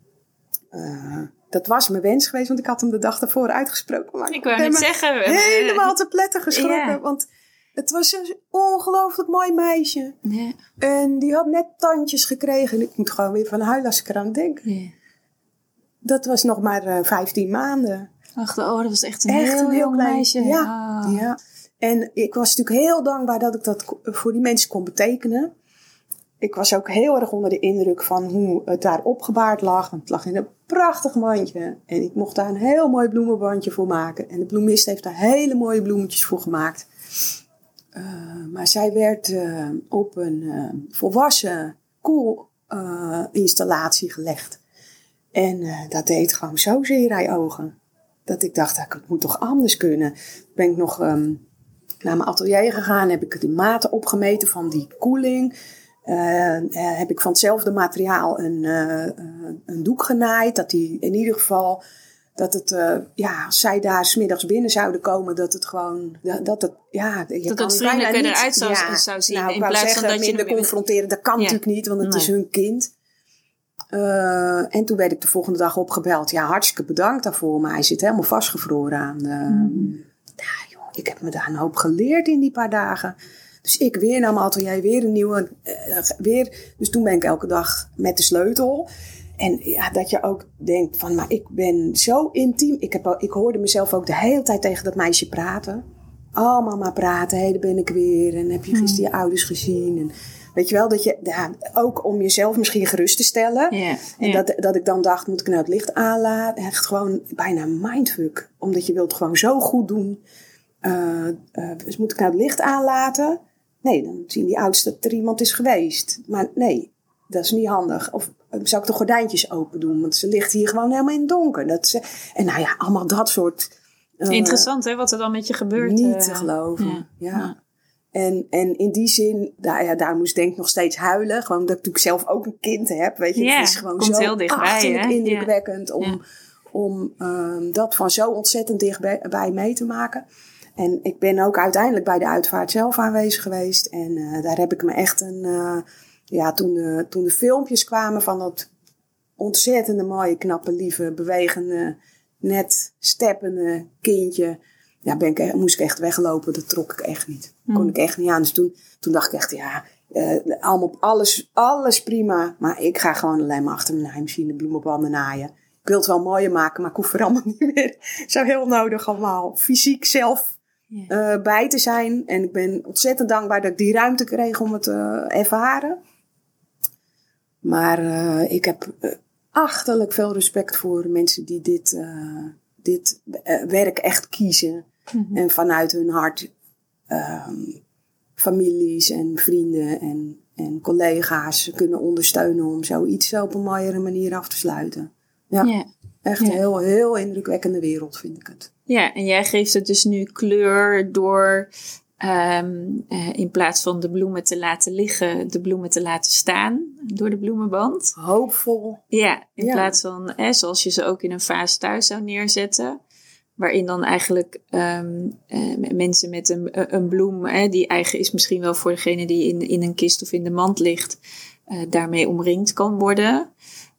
B: Dat was mijn wens geweest, want ik had hem de dag daarvoor uitgesproken. Maar
A: ik wou net zeggen.
B: Helemaal te pletten geschrokken. Ja. Want het was een ongelooflijk mooi meisje.
A: Ja.
B: En die had net tandjes gekregen. En ik moet gewoon weer van huilen als ik eraan denk.
A: Ja.
B: Dat was nog maar 15 maanden.
A: Ach, dat was echt een heel jong meisje.
B: Ja, ja. En ik was natuurlijk heel dankbaar dat ik dat voor die mensen kon betekenen. Ik was ook heel erg onder de indruk van hoe het daar opgebaard lag. Want het lag in een prachtig mandje. En ik mocht daar een heel mooi bloemenbandje voor maken. En de bloemist heeft daar hele mooie bloemetjes voor gemaakt. Maar zij werd op een volwassen koelinstallatie gelegd. En dat deed gewoon zo zeer aan je ogen. Dat ik dacht, het moet toch anders kunnen. Ben ik nog naar mijn atelier gegaan. Heb ik de maten opgemeten van die koeling. Heb ik van hetzelfde materiaal een doek genaaid. Dat die in ieder geval, dat het, als zij daar 's middags binnen zouden komen, dat het gewoon, dat het
A: vriendelijker eruit zou zien.
B: Nou,
A: in plaats van dat je
B: minder confronteren, dat kan natuurlijk niet, want het is hun kind. En toen werd ik de volgende dag opgebeld. Ja, hartstikke bedankt daarvoor, maar hij zit helemaal vastgevroren aan ik heb me daar een hoop geleerd in die paar dagen. Dus ik weer naar mijn atelier, weer een nieuwe, Dus toen ben ik elke dag met de sleutel. En ja, dat je ook denkt van, maar ik ben zo intiem. Ik hoorde mezelf ook de hele tijd tegen dat meisje praten. Allemaal maar praten, daar ben ik weer. En heb je gisteren je ouders gezien? En weet je wel, dat je, ook om jezelf misschien gerust te stellen.
A: Yeah,
B: en dat ik dan dacht, moet ik nou het licht aanlaten? Echt gewoon bijna mindfuck. Omdat je wilt gewoon zo goed doen. Dus moet ik nou het licht aanlaten? Nee, dan zien die ouders dat er iemand is geweest. Maar nee, dat is niet handig. Of zou ik de gordijntjes open doen? Want ze ligt hier gewoon helemaal in het donker. En nou ja, allemaal dat soort...
A: Interessant hè, wat er dan met je gebeurt.
B: Niet te geloven, ja. En in die zin, daar moest ik denk ik nog steeds huilen. Gewoon dat ik natuurlijk zelf ook een kind heb. Weet je, het is gewoon zo
A: heel dichtbij,
B: indrukwekkend om dat van zo ontzettend dichtbij mee te maken. En ik ben ook uiteindelijk bij de uitvaart zelf aanwezig geweest. En daar heb ik me echt toen de filmpjes kwamen van dat ontzettende mooie, knappe, lieve, bewegende, net steppende kindje. Ja, moest ik echt weglopen. Dat trok ik echt niet. Kon ik echt niet aan. Dus toen dacht ik echt, allemaal alles prima. Maar ik ga gewoon alleen maar achter mijn naaimachine bloemenbanden naaien. Ik wil het wel mooier maken, maar ik hoef er allemaal niet meer zo heel nodig allemaal fysiek zelf bij te zijn. En ik ben ontzettend dankbaar dat ik die ruimte kreeg om het te ervaren. Maar ik heb achterlijk veel respect voor mensen die dit werk echt kiezen. Mm-hmm. En vanuit hun hart families en vrienden en collega's kunnen ondersteunen om zoiets op een mooiere manier af te sluiten. Ja, echt een heel, heel indrukwekkende wereld vind ik het.
A: Ja, en jij geeft het dus nu kleur door In plaats van de bloemen te laten liggen, de bloemen te laten staan door de bloemenband.
B: Hoopvol.
A: Ja, in plaats van zoals je ze ook in een vaas thuis zou neerzetten. Waarin dan eigenlijk mensen met een bloem, die eigen is misschien wel voor degene die in een kist of in de mand ligt, daarmee omringd kan worden.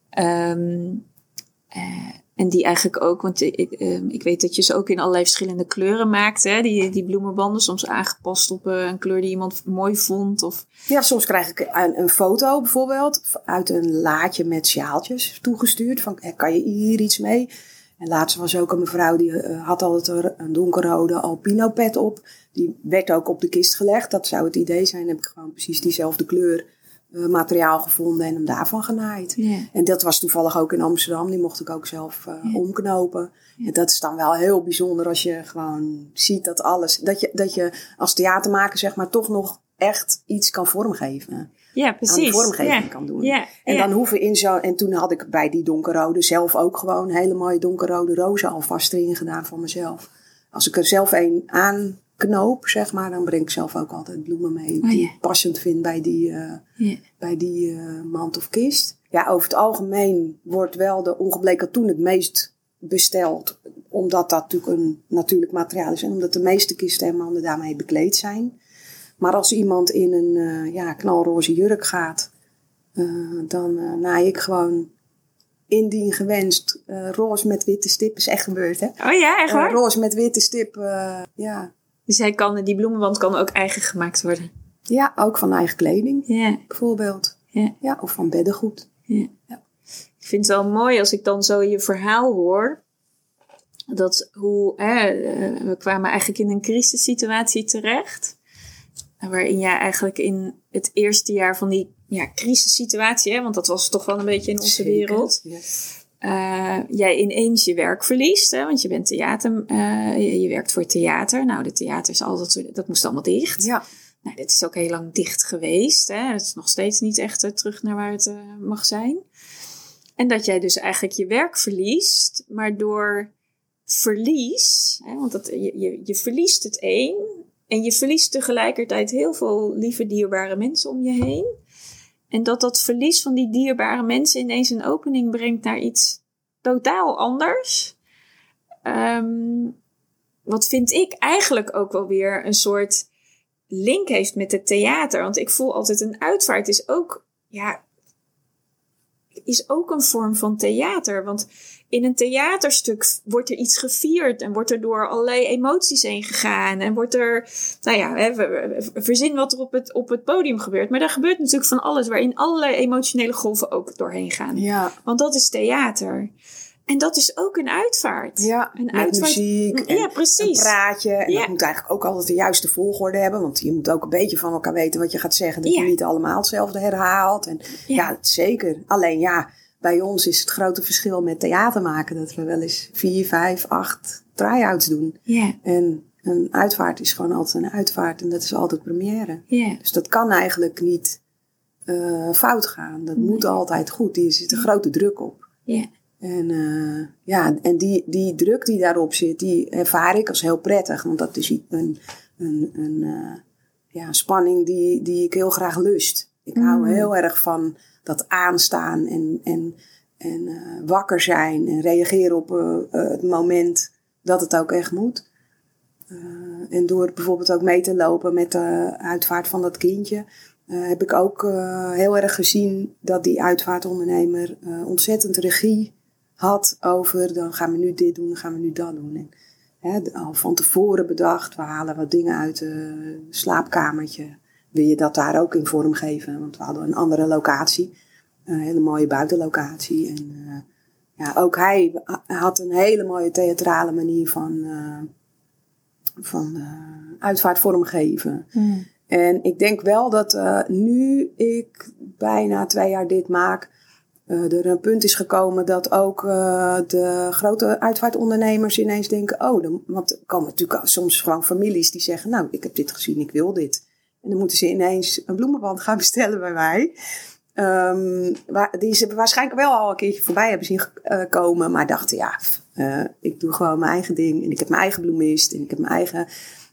A: En die eigenlijk ook, want ik weet dat je ze ook in allerlei verschillende kleuren maakt. Hè? Die bloemenbanden, soms aangepast op een kleur die iemand mooi vond. Of...
B: Ja, soms krijg ik een foto bijvoorbeeld uit een laadje met sjaaltjes toegestuurd. Van, kan je hier iets mee? En laatst was ook een mevrouw die had altijd een donkerrode albino pet op. Die werd ook op de kist gelegd. Dat zou het idee zijn. Dan heb ik gewoon precies diezelfde kleur materiaal gevonden en hem daarvan genaaid. Yeah. En dat was toevallig ook in Amsterdam. Die mocht ik ook zelf omknopen. En dat is dan wel heel bijzonder als je gewoon ziet dat alles... Dat je als theatermaker zeg maar toch nog echt iets kan vormgeven.
A: Ja, precies.
B: Aan de vormgeving kan doen. En dan hoeven in zo... En toen had ik bij die donkerrode zelf ook gewoon hele mooie donkerrode rozen alvast erin gedaan voor mezelf. Als ik er zelf een aanknoop, zeg maar, dan breng ik zelf ook altijd bloemen mee. Die ik passend vind bij die mand of kist. Ja, over het algemeen wordt wel de ongebleekt katoen het meest besteld. Omdat dat natuurlijk een natuurlijk materiaal is. En omdat de meeste kisten en manden daarmee bekleed zijn. Maar als iemand in een knalroze jurk gaat, dan naai ik gewoon indien gewenst roze met witte stip. Is echt gebeurd, hè?
A: Oh ja, echt waar?
B: Roze met witte stip, ja.
A: Dus die bloemenband kan ook eigen gemaakt worden?
B: Ja, ook van eigen kleding, bijvoorbeeld. Ja, of van beddengoed. Ja.
A: Ik vind het wel mooi als ik dan zo je verhaal hoor. Dat we kwamen eigenlijk in een crisissituatie terecht. Waarin jij eigenlijk in het eerste jaar van die crisissituatie, want dat was toch wel een beetje in onze wereld. Jij ineens je werk verliest, hè, want je bent je werkt voor theater. Nou, de theater is altijd, dat moest allemaal dicht. Ja. Nou, dit is ook heel lang dicht geweest. Hè. Het is nog steeds niet echt terug naar waar het mag zijn. En dat jij dus eigenlijk je werk verliest, maar door verlies, hè, want je verliest het en je verliest tegelijkertijd heel veel lieve dierbare mensen om je heen. En dat verlies van die dierbare mensen ineens een opening brengt naar iets totaal anders. Wat vind ik eigenlijk ook wel weer een soort link heeft met het theater. Want ik voel altijd een uitvaart is ook een vorm van theater. Want in een theaterstuk wordt er iets gevierd en wordt er door allerlei emoties heen gegaan. En wordt er, verzin wat er op het podium gebeurt. Maar daar gebeurt natuurlijk van alles waarin allerlei emotionele golven ook doorheen gaan. Ja. Want dat is theater. En dat is ook een uitvaart. Ja,
B: met muziek en een praatje. En dat moet eigenlijk ook altijd de juiste volgorde hebben. Want je moet ook een beetje van elkaar weten wat je gaat zeggen. Dat je niet allemaal hetzelfde herhaalt. En zeker. Alleen bij ons is het grote verschil met theater maken. Dat we wel eens 4, 5, 8 try-outs doen. Yeah. En een uitvaart is gewoon altijd een uitvaart. En dat is altijd première. Yeah. Dus dat kan eigenlijk niet fout gaan. Dat moet altijd goed. Er zit een grote druk op. Yeah. En die druk die daarop zit, die ervaar ik als heel prettig. Want dat is een spanning die ik heel graag lust. Ik hou heel erg van dat aanstaan en wakker zijn en reageren op het moment dat het ook echt moet. En door bijvoorbeeld ook mee te lopen met de uitvaart van dat kindje, heb ik ook heel erg gezien dat die uitvaartondernemer ontzettend regie had over, dan gaan we nu dit doen, dan gaan we nu dat doen. En, al van tevoren bedacht, we halen wat dingen uit het slaapkamertje. Wil je dat daar ook in vorm geven? Want we hadden een andere locatie, een hele mooie buitenlocatie. En ook hij had een hele mooie theatrale manier van uitvaart vormgeven. En ik denk wel dat nu ik bijna 2 jaar dit maak, er een punt is gekomen dat ook de grote uitvaartondernemers ineens denken, want er komen natuurlijk soms gewoon families die zeggen, nou, ik heb dit gezien, ik wil dit. En dan moeten ze ineens een bloemenband gaan bestellen bij mij. Die ze waarschijnlijk wel al een keertje voorbij hebben zien komen, maar dachten, ik doe gewoon mijn eigen ding. En ik heb mijn eigen bloemist en ik heb mijn eigen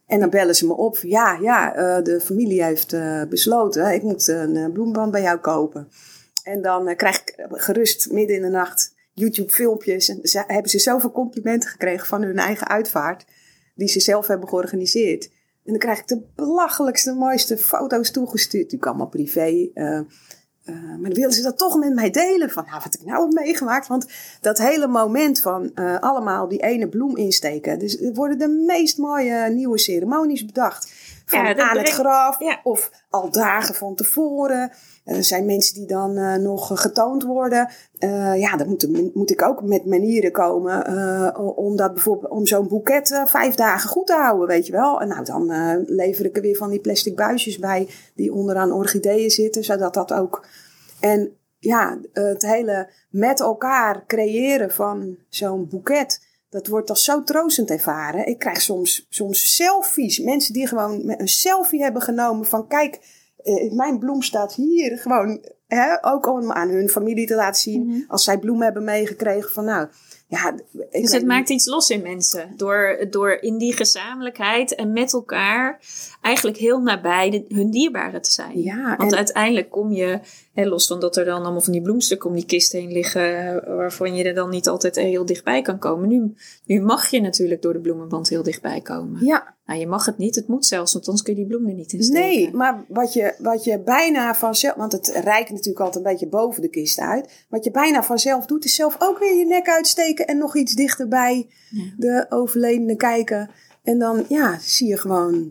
B: En dan bellen ze me op. De familie heeft besloten. Ik moet een bloemband bij jou kopen. En dan krijg ik gerust midden in de nacht YouTube filmpjes. En hebben ze zoveel complimenten gekregen van hun eigen uitvaart. Die ze zelf hebben georganiseerd. En dan krijg ik de belachelijkste, mooiste foto's toegestuurd. Natuurlijk allemaal privé. Maar dan wilden ze dat toch met mij delen. Van wat ik nou heb meegemaakt. Want dat hele moment van allemaal die ene bloem insteken. Dus er worden de meest mooie nieuwe ceremonies bedacht. Van aan het graf. Ja. Of al dagen van tevoren. Er zijn mensen die dan nog getoond worden. Dan moet ik ook met manieren komen. Om zo'n boeket 5 dagen goed te houden, weet je wel. En dan lever ik er weer van die plastic buisjes bij. Die onderaan orchideeën zitten. Zodat dat ook... En het hele met elkaar creëren van zo'n boeket. Dat wordt als zo troostend ervaren. Ik krijg soms selfies. Mensen die gewoon een selfie hebben genomen van kijk... mijn bloem staat hier gewoon, ook om aan hun familie te laten zien. Mm-hmm. Als zij bloemen hebben meegekregen van
A: dus het maakt iets los in mensen. Door in die gezamenlijkheid en met elkaar eigenlijk heel nabij hun dierbaren te zijn. Ja, want uiteindelijk kom je, los van dat er dan allemaal van die bloemstukken om die kist heen liggen, waarvan je er dan niet altijd heel dichtbij kan komen. Nu mag je natuurlijk door de bloemenband heel dichtbij komen. Ja. Nou, je mag het niet, het moet zelfs, want anders kun je die bloem er niet in steken.
B: Nee, maar wat je bijna vanzelf... Want het reikt natuurlijk altijd een beetje boven de kist uit. Wat je bijna vanzelf doet, is zelf ook weer je nek uitsteken... en nog iets dichterbij de overledene kijken. En dan zie je gewoon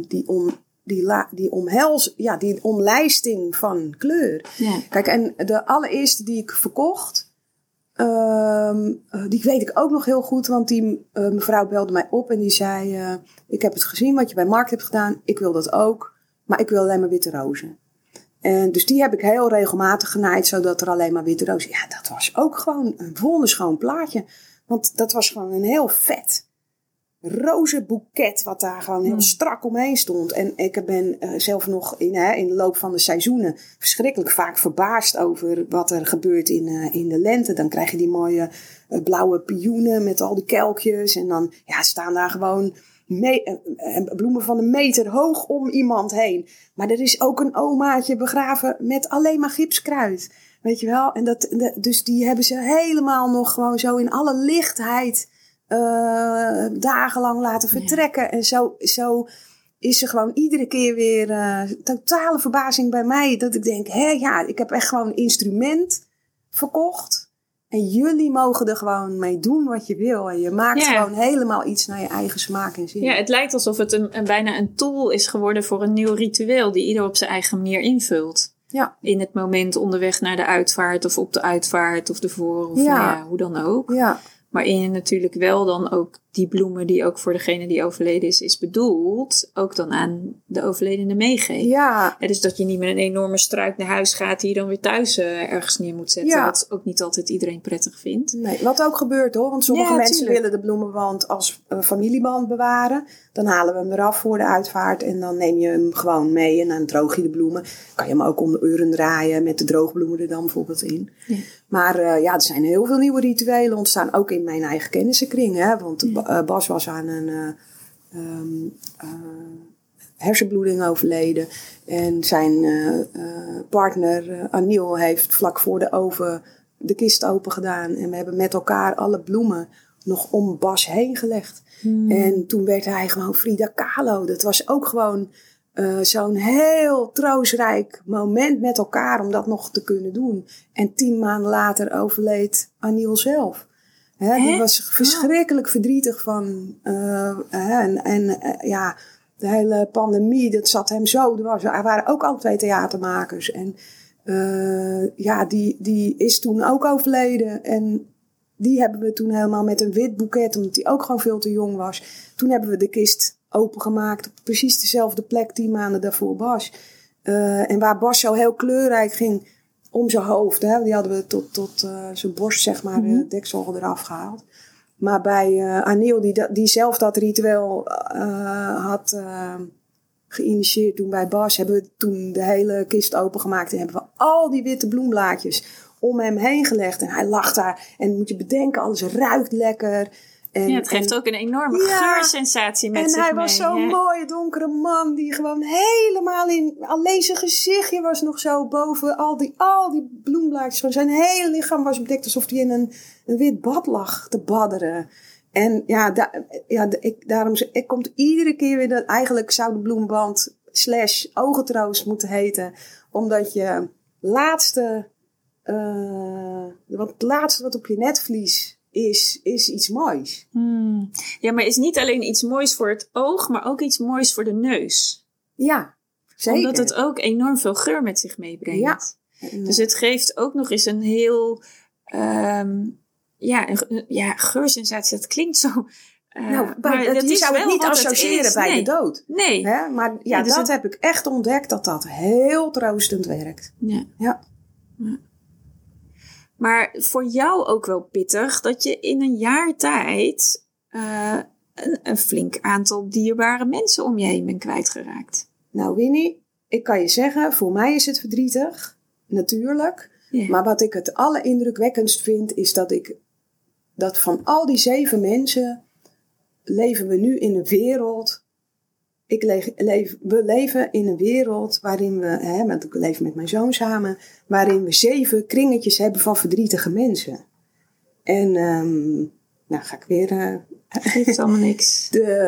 B: die omlijsting van kleur. Ja. Kijk, en de allereerste die ik verkocht... die weet ik ook nog heel goed, want die mevrouw belde mij op en die zei... ik heb het gezien wat je bij Markt hebt gedaan, ik wil dat ook, maar ik wil alleen maar witte rozen. En dus die heb ik heel regelmatig genaaid, zodat er alleen maar witte rozen... Ja, dat was ook gewoon een wonderschoon plaatje, want dat was gewoon een heel vet rozenboeket wat daar gewoon heel strak omheen stond. En ik ben zelf nog in de loop van de seizoenen verschrikkelijk vaak verbaasd over wat er gebeurt in de lente. Dan krijg je die mooie blauwe pioenen met al die kelkjes. En dan staan daar gewoon bloemen van 1 meter hoog om iemand heen. Maar er is ook een omaatje begraven met alleen maar gipskruid. Weet je wel? En dus die hebben ze helemaal nog gewoon zo in alle lichtheid... dagenlang laten vertrekken. Ja. En zo is er gewoon iedere keer weer totale verbazing bij mij. Dat ik denk, ik heb echt gewoon een instrument verkocht. En jullie mogen er gewoon mee doen wat je wil. En je maakt gewoon helemaal iets naar je eigen smaak en zin.
A: Ja, het lijkt alsof het bijna een tool is geworden voor een nieuw ritueel. Die ieder op zijn eigen manier invult. Ja. In het moment onderweg naar de uitvaart of op de uitvaart of ervoor. Of hoe dan ook. Ja. Waarin je natuurlijk wel dan ook die bloemen die ook voor degene die overleden is bedoeld, ook dan aan de overledene meegeeft. Ja. Dus dat je niet met een enorme struik naar huis gaat die je dan weer thuis ergens neer moet zetten. Ja. Wat ook niet altijd iedereen prettig vindt.
B: Nee, wat ook gebeurt hoor. Want sommige mensen willen de bloemenband als familieband bewaren. Dan halen we hem eraf voor de uitvaart en dan neem je hem gewoon mee en dan droog je de bloemen. Kan je hem ook om de uren draaien met de droogbloemen er dan bijvoorbeeld in. Ja. Maar er zijn heel veel nieuwe rituelen ontstaan, ook in mijn eigen kennissenkring. Hè? Want Bas was aan een hersenbloeding overleden. En zijn partner Aniel heeft vlak voor de oven de kist open gedaan. En we hebben met elkaar alle bloemen nog om Bas heen gelegd. En toen werd hij gewoon Frida Kahlo. Dat was ook gewoon zo'n heel troostrijk moment met elkaar om dat nog te kunnen doen. En 10 maanden later overleed Aniel zelf. Die was verschrikkelijk verdrietig van. De hele pandemie, dat zat hem zo dwars. Er waren ook al 2 theatermakers. En die is toen ook overleden. En die hebben we toen helemaal met een wit boeket, omdat die ook gewoon veel te jong was. Toen hebben we de kist opengemaakt op precies dezelfde plek 10 maanden daarvoor Bas. En waar Bas zo heel kleurrijk ging om zijn hoofd. Hè, die hadden we tot zijn borst, zeg maar, de deksel eraf gehaald. Maar bij Aniel, die zelf dat ritueel had geïnitieerd toen bij Bas, hebben we toen de hele kist opengemaakt en hebben we al die witte bloemblaadjes om hem heen gelegd. En hij lag daar. En moet je bedenken, alles ruikt lekker.
A: Het geeft ook een enorme geursensatie met zich mee.
B: En hij was zo'n mooie donkere man die gewoon helemaal alleen zijn gezichtje was nog zo boven al die bloemblaadjes van zijn hele lichaam was bedekt alsof hij in een wit bad lag te badderen. En daarom komt iedere keer weer dat eigenlijk zou de bloemband / ogentroost moeten heten. Omdat je het laatste wat op je netvlies is iets moois.
A: Ja, maar is niet alleen iets moois voor het oog, maar ook iets moois voor de neus.
B: Ja, zeker.
A: Omdat het ook enorm veel geur met zich meebrengt. Ja. Dus het geeft ook nog eens een heel... geursensatie, dat klinkt zo...
B: maar je zou het niet associëren bij de dood.
A: Nee.
B: Hè? Maar dus dat heb ik echt ontdekt, dat heel troostend werkt. Ja.
A: Maar voor jou ook wel pittig dat je in een jaar tijd een flink aantal dierbare mensen om je heen bent kwijtgeraakt.
B: Nou Winnie, ik kan je zeggen, voor mij is het verdrietig, natuurlijk. Yeah. Maar wat ik het allerindrukwekkendst vind, is dat van al die 7 mensen leven we nu in een wereld. We leven in een wereld waarin we, want ik leef met mijn zoon samen, waarin we 7 kringetjes hebben van verdrietige mensen. En, nou ga ik weer...
A: Geeft allemaal niks.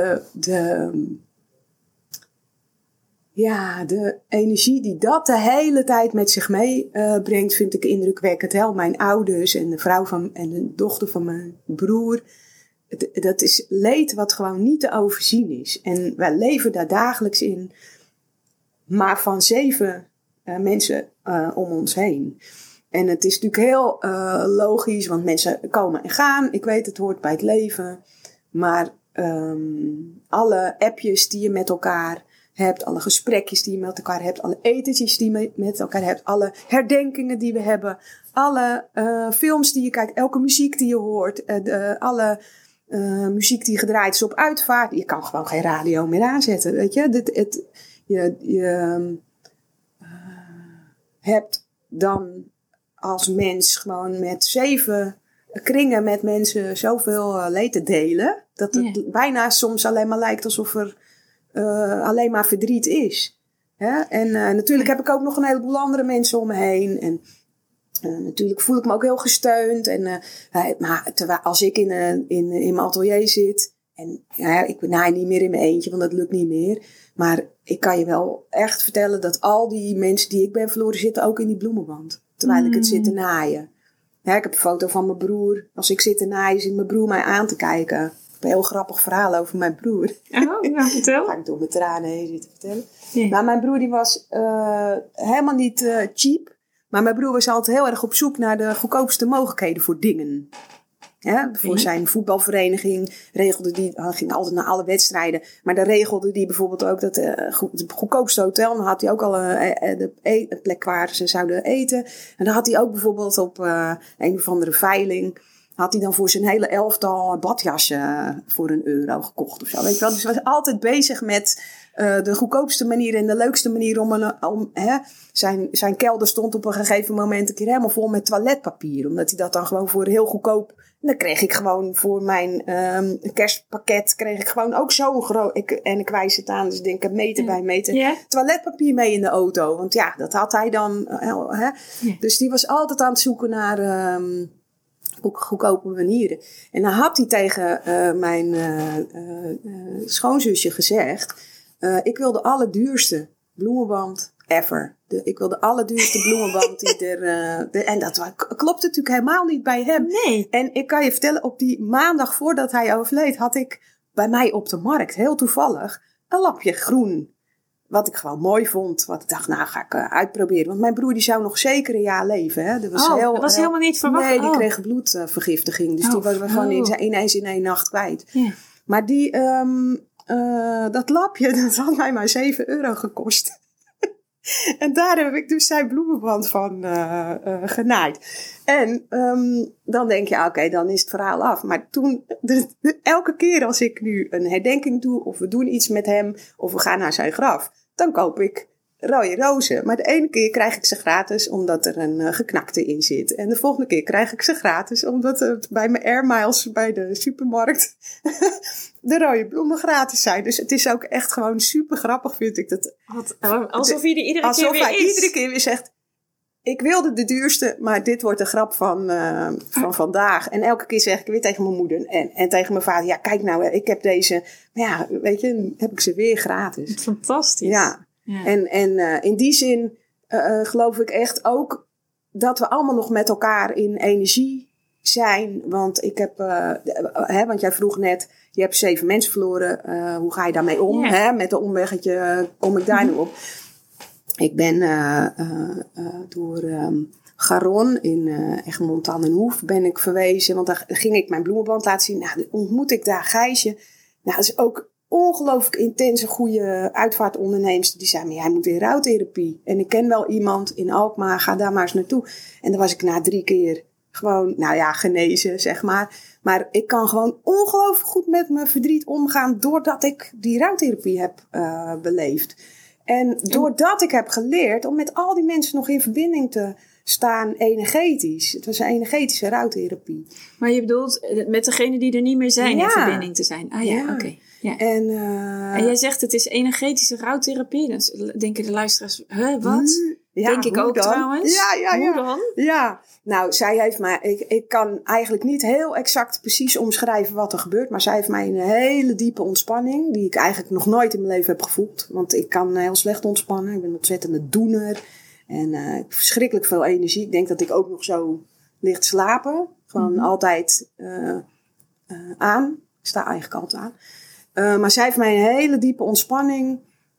B: De energie die dat de hele tijd met zich meebrengt, vind ik indrukwekkend. Mijn ouders en de dochter van mijn broer. Dat is leed wat gewoon niet te overzien is. En wij leven daar dagelijks in. Maar van 7 mensen om ons heen. En het is natuurlijk heel logisch, want mensen komen en gaan. Ik weet, het hoort bij het leven. Maar alle appjes die je met elkaar hebt, alle gesprekjes die je met elkaar hebt, alle etentjes die je met elkaar hebt, alle herdenkingen die we hebben, alle films die je kijkt, elke muziek die je hoort, alle muziek die gedraaid is op uitvaart. Je kan gewoon geen radio meer aanzetten, weet je. Je hebt dan als mens gewoon met 7 kringen met mensen zoveel leed te delen, dat het bijna soms alleen maar lijkt alsof er alleen maar verdriet is. Hè? En natuurlijk heb ik ook nog een heleboel andere mensen om me heen. En natuurlijk voel ik me ook heel gesteund. Maar als ik in mijn atelier zit. En ik naai niet meer in mijn eentje, want dat lukt niet meer. Maar ik kan je wel echt vertellen dat al die mensen die ik ben verloren zitten ook in die bloemenwand. Terwijl ik het zit te naaien. Ja, ik heb een foto van mijn broer. Als ik zit te naaien, zit mijn broer mij aan te kijken. Een heel grappig verhaal over mijn broer.
A: Oh, ja, vertel.
B: Ga ik door mijn tranen heen zitten vertellen. Yeah. Maar mijn broer die was helemaal niet cheap. Maar mijn broer was altijd heel erg op zoek naar de goedkoopste mogelijkheden voor dingen. Ja, voor zijn voetbalvereniging ging altijd naar alle wedstrijden. Maar dan regelde die bijvoorbeeld ook het goedkoopste hotel. Dan had hij ook al een plek waar ze zouden eten. En dan had hij ook bijvoorbeeld op een of andere veiling, had hij dan voor zijn hele elftal badjassen voor €1 gekocht of zo. Weet je wel? Dus hij was altijd bezig met de goedkoopste manier en de leukste manier om zijn kelder stond op een gegeven moment een keer helemaal vol met toiletpapier. Omdat hij dat dan gewoon voor heel goedkoop. En dan kreeg ik gewoon voor mijn kerstpakket kreeg ik gewoon ook zo'n groot. En ik wijs het aan, dus ik denk meter bij meter toiletpapier mee in de auto. Want ja, dat had hij dan. Dus die was altijd aan het zoeken naar goedkope manieren. En dan had hij tegen mijn schoonzusje gezegd, ik wil de allerduurste bloemenband ever. Ik wil de allerduurste bloemenband die er... en dat klopt natuurlijk helemaal niet bij hem.
A: Nee.
B: En ik kan je vertellen, op die maandag voordat hij overleed, had ik bij mij op de markt, heel toevallig, een lapje groen. Wat ik gewoon mooi vond. Wat ik dacht, nou ga ik uitproberen. Want mijn broer die zou nog zeker een jaar leven. Hè?
A: Dat was helemaal niet verwacht.
B: Nee, die kreeg bloedvergiftiging. Dus die was gewoon ineens in 1 nacht kwijt. Yeah. Maar dat lapje, dat had mij maar €7 gekost. En daar heb ik dus zijn bloemenband van genaaid. En dan denk je, oké, dan is het verhaal af. Maar toen, elke keer als ik nu een herdenking doe, of we doen iets met hem, of we gaan naar zijn graf, dan koop ik rode rozen. Maar de ene keer krijg ik ze gratis omdat er een geknakte in zit. En de volgende keer krijg ik ze gratis omdat het bij mijn Air Miles bij de supermarkt de rode bloemen gratis zijn. Dus het is ook echt gewoon super grappig, vind ik.
A: Alsof hij er iedere keer weer
B: zegt, ik wilde de duurste, maar dit wordt de grap van vandaag. En elke keer zeg ik weer tegen mijn moeder en tegen mijn vader, ja, kijk nou, ik heb deze, ja, weet je, heb ik ze weer gratis.
A: Fantastisch.
B: Ja. En in die zin geloof ik echt ook dat we allemaal nog met elkaar in energie zijn. Want ik heb, want jij vroeg net, je hebt 7 mensen verloren. Hoe ga je daarmee om? Hè? Met een omweggetje kom ik daar nu op. Ik ben door Garon in Egmond aan den Hoef ben ik verwezen. Want daar ging ik mijn bloemenband laten zien. Nou, dan ontmoet ik daar Gijsje. Nou, dat is ook ongelooflijk intense, goede uitvaartondernemster. Die zei, maar jij moet in rouwtherapie. En ik ken wel iemand in Alkmaar, ga daar maar eens naartoe. En dan was ik na 3 keer gewoon, nou ja, genezen, zeg maar. Maar ik kan gewoon ongelooflijk goed met mijn verdriet omgaan doordat ik die rouwtherapie heb beleefd. En doordat ik heb geleerd om met al die mensen nog in verbinding te staan energetisch. Het was een energetische rouwtherapie.
A: Maar je bedoelt met degenen die er niet meer zijn in verbinding te zijn? Ah ja, oké. Ja. En jij zegt het is energetische rouwtherapie. Dan denken de luisteraars, wat?
B: Ja,
A: denk ik ook dan? Trouwens.
B: Hoe dan? Ja, nou, zij heeft mij... Ik kan eigenlijk niet heel exact precies omschrijven wat er gebeurt. Maar zij heeft mij een hele diepe ontspanning. Die ik eigenlijk nog nooit in mijn leven heb gevoeld. Want ik kan heel slecht ontspannen. Ik ben een ontzettende doener. En ik heb verschrikkelijk veel energie. Ik denk dat ik ook nog zo licht slapen. Gewoon altijd aan. Ik sta eigenlijk altijd aan. Maar zij heeft mij een hele diepe ontspanning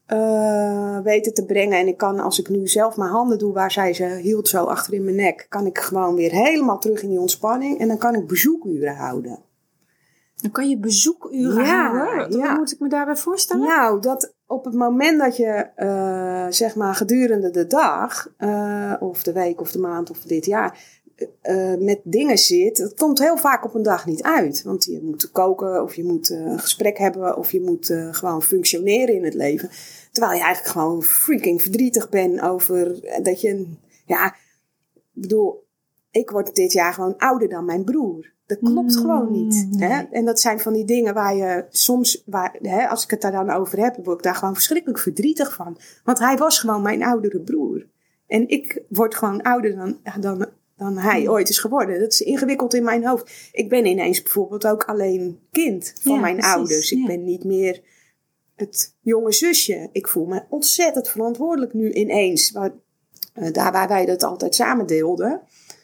B: weten te brengen. En ik kan, als ik nu zelf mijn handen doe waar zij ze hield zo achter in mijn nek, kan ik gewoon weer helemaal terug in die ontspanning. En dan kan ik bezoekuren houden.
A: Dan kan je bezoekuren houden? Hoe moet ik me daarbij voorstellen?
B: Nou, dat op het moment dat je, zeg maar gedurende de dag, of de week of de maand of dit jaar, met dingen zit, dat komt heel vaak op een dag niet uit. Want je moet koken of je moet een gesprek hebben of je moet gewoon functioneren in het leven. Terwijl je eigenlijk gewoon freaking verdrietig bent over dat je, ja, ik bedoel, ik word dit jaar gewoon ouder dan mijn broer. Dat klopt gewoon niet. Hè? En dat zijn van die dingen waar je soms, als ik het daar dan over heb, word ik daar gewoon verschrikkelijk verdrietig van. Want hij was gewoon mijn oudere broer. En ik word gewoon ouder dan hij ooit is geworden. Dat is ingewikkeld in mijn hoofd. Ik ben ineens bijvoorbeeld ook alleen kind van mijn ouders. Ik ben niet meer het jonge zusje. Ik voel me ontzettend verantwoordelijk nu ineens. Daar waar wij dat altijd samen deelden.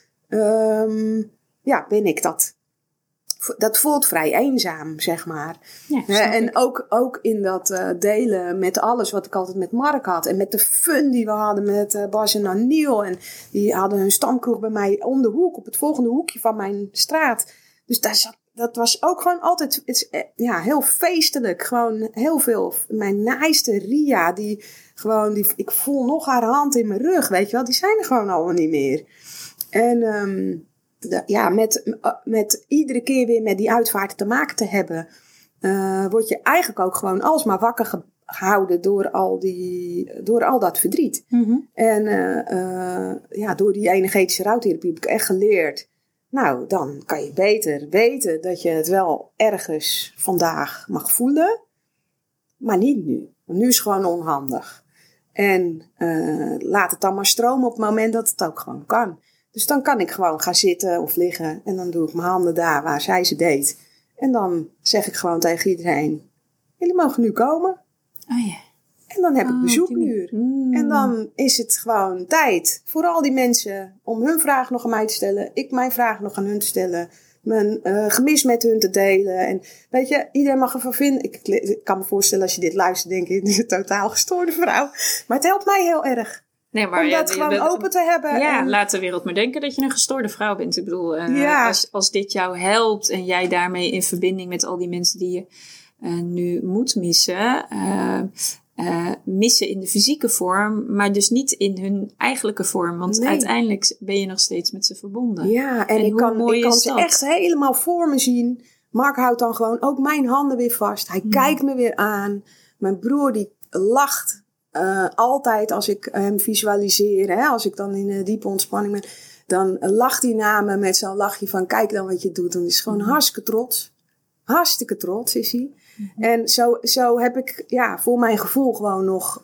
B: Ben ik dat. Dat voelt vrij eenzaam, zeg maar. Ja, en ook in dat delen met alles wat ik altijd met Mark had. En met de fun die we hadden met Bas en Aniel. En die hadden hun stamkroeg bij mij om de hoek. Op het volgende hoekje van mijn straat. Dus dat was ook gewoon altijd heel feestelijk. Gewoon heel veel. Mijn naaiste Ria, ik voel nog haar hand in mijn rug, weet je wel. Die zijn er gewoon allemaal niet meer. En met iedere keer weer met die uitvaart te maken te hebben, word je eigenlijk ook gewoon alsmaar wakker gehouden door al dat verdriet. En door die energetische rouwtherapie heb ik echt geleerd, nou, dan kan je beter weten dat je het wel ergens vandaag mag voelen, maar niet nu. Want nu is het gewoon onhandig. En laat het dan maar stromen op het moment dat het ook gewoon kan. Dus dan kan ik gewoon gaan zitten of liggen. En dan doe ik mijn handen daar waar zij ze deed. En dan zeg ik gewoon tegen iedereen, jullie mogen nu komen.
A: Oh ja.
B: En dan heb ik bezoekuur. En dan is het gewoon tijd voor al die mensen om hun vraag nog aan mij te stellen. Ik mijn vraag nog aan hun te stellen. Mijn gemis met hun te delen. En weet je, iedereen mag ervan vinden. Ik kan me voorstellen als je dit luistert, denk je, dit is een totaal gestoorde vrouw. Maar het helpt mij heel erg.
A: Nee, maar
B: om dat gewoon open te hebben.
A: Ja, laat de wereld maar denken dat je een gestoorde vrouw bent. Ik bedoel, als dit jou helpt en jij daarmee in verbinding met al die mensen die je nu moet missen. Missen in de fysieke vorm, maar dus niet in hun eigenlijke vorm. Want uiteindelijk ben je nog steeds met ze verbonden.
B: Ja, en ik kan ze echt helemaal voor me zien. Mark houdt dan gewoon ook mijn handen weer vast. Hij kijkt me weer aan. Mijn broer die lacht altijd als ik hem visualiseer, hè, als ik dan in diepe ontspanning ben, dan lacht hij naar me met zo'n lachje van kijk dan wat je doet. Dan is hij gewoon hartstikke trots. Hartstikke trots is hij. Mm-hmm. En zo heb ik voor mijn gevoel gewoon nog,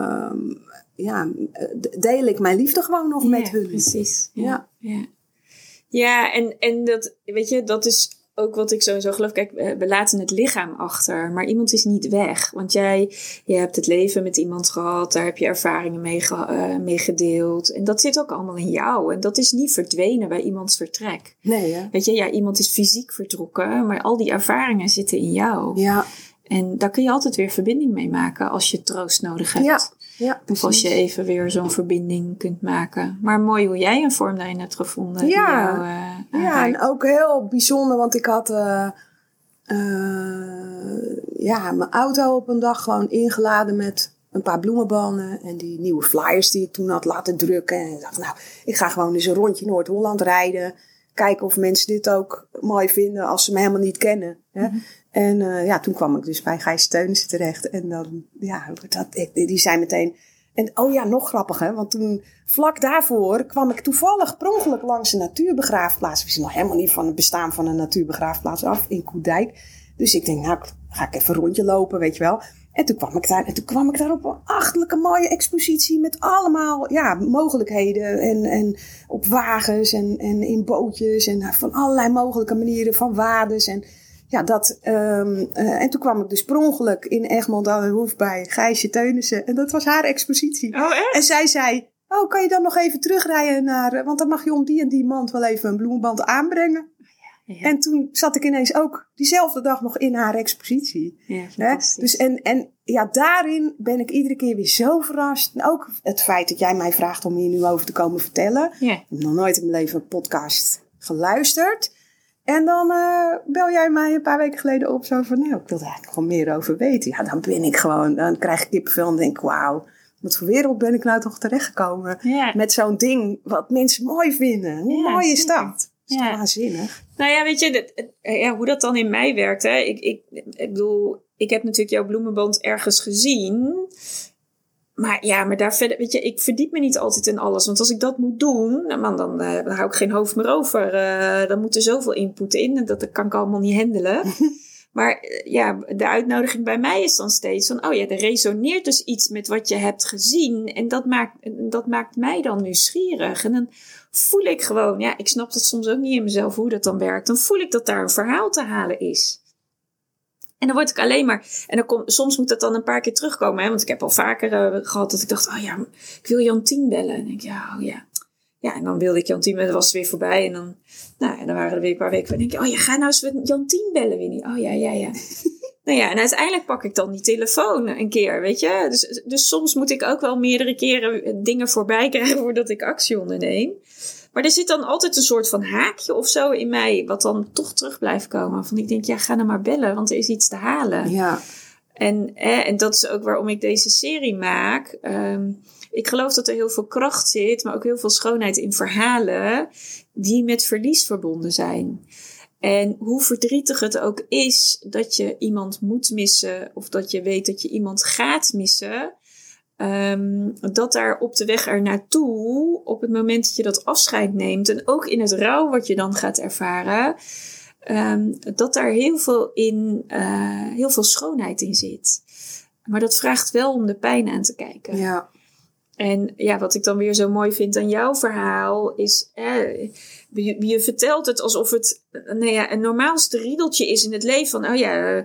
B: deel ik mijn liefde gewoon nog met hun.
A: Precies. Ja, en dat, weet je, dat is ook wat ik sowieso geloof. Kijk, we laten het lichaam achter, maar iemand is niet weg. Want je hebt het leven met iemand gehad, daar heb je ervaringen mee gedeeld. En dat zit ook allemaal in jou. En dat is niet verdwenen bij iemands vertrek.
B: Nee, hè?
A: Weet je, iemand is fysiek vertrokken, maar al die ervaringen zitten in jou.
B: Ja.
A: En daar kun je altijd weer verbinding mee maken als je troost nodig hebt.
B: Ja,
A: of als je even weer zo'n verbinding kunt maken. Maar mooi hoe jij een vorm daarin hebt gevonden.
B: Ja, en ook heel bijzonder. Want ik had mijn auto op een dag gewoon ingeladen met een paar bloemenballen. En die nieuwe flyers die ik toen had laten drukken. En ik dacht, ik ga gewoon eens een rondje Noord-Holland rijden. Kijken of mensen dit ook mooi vinden als ze me helemaal niet kennen. Hè? Mm-hmm. En toen kwam ik dus bij Gijs Teunissen terecht. En dan, die zei meteen... En nog grappiger, want toen vlak daarvoor kwam ik toevallig per ongeluk langs een natuurbegraafplaats. We zijn nog helemaal niet van het bestaan van een natuurbegraafplaats af in Koedijk. Dus ik denk, ga ik even een rondje lopen, weet je wel. En toen kwam ik daar op een achterlijke mooie expositie met allemaal mogelijkheden. En op wagens en in bootjes en van allerlei mogelijke manieren van wades. En en toen kwam ik dus per ongeluk in Egmond aan de Hoef bij Gijsje Teunissen. En dat was haar expositie.
A: Oh, echt?
B: En zij zei, kan je dan nog even terugrijden naar... Want dan mag je om die en die mand wel even een bloemenband aanbrengen. Ja. En toen zat ik ineens ook diezelfde dag nog in haar expositie.
A: Ja,
B: dus daarin ben ik iedere keer weer zo verrast. En ook het feit dat jij mij vraagt om hier nu over te komen vertellen. Ja. Ik heb nog nooit in mijn leven een podcast geluisterd. En dan bel jij mij een paar weken geleden op zo van... ik wil er eigenlijk gewoon meer over weten. Ja, dan ben ik gewoon... Dan krijg ik kippenvel en denk wauw... Wat voor wereld ben ik nou toch terechtgekomen? Ja. Met zo'n ding wat mensen mooi vinden. Hoe mooi is dat? Dat is toch waanzinnig?
A: Nou ja, weet je, hoe dat dan in mij werkt. Hè? Ik bedoel, ik heb natuurlijk jouw bloemenband ergens gezien... Maar daar verder, weet je, ik verdiep me niet altijd in alles. Want als ik dat moet doen, dan hou ik geen hoofd meer over. Dan moet er zoveel input in. En dat kan ik allemaal niet handelen. Maar de uitnodiging bij mij is dan steeds van... er resoneert dus iets met wat je hebt gezien. En dat maakt mij dan nieuwsgierig. En dan voel ik gewoon... ik snap dat soms ook niet in mezelf hoe dat dan werkt. Dan voel ik dat daar een verhaal te halen is. En dan word ik alleen maar... En soms moet dat dan een paar keer terugkomen. Hè? Want ik heb al vaker gehad dat ik dacht... ik wil Jantien bellen. En ik Ja, en dan wilde ik Jantien bellen. Dan was het weer voorbij. En dan waren er weer een paar weken. En dan denk ik... ga nou eens met Jantien bellen, Winnie. En uiteindelijk pak ik dan die telefoon een keer, weet je. Dus soms moet ik ook wel meerdere keren dingen voorbij krijgen... voordat ik actie onderneem. Maar er zit dan altijd een soort van haakje of zo in mij... wat dan toch terug blijft komen. Van ik denk, ga nou maar bellen, want er is iets te halen.
B: Ja.
A: En dat is ook waarom ik deze serie maak. Ik geloof dat er heel veel kracht zit... maar ook heel veel schoonheid in verhalen... die met verlies verbonden zijn. En hoe verdrietig het ook is... dat je iemand moet missen... of dat je weet dat je iemand gaat missen... dat daar op de weg er naartoe, op het moment dat je dat afscheid neemt, en ook in het rouw wat je dan gaat ervaren, dat daar heel veel schoonheid in zit. Maar dat vraagt wel om de pijn aan te kijken.
B: Ja.
A: En wat ik dan weer zo mooi vind aan jouw verhaal is... je vertelt het alsof het een normaalste riedeltje is in het leven. Van,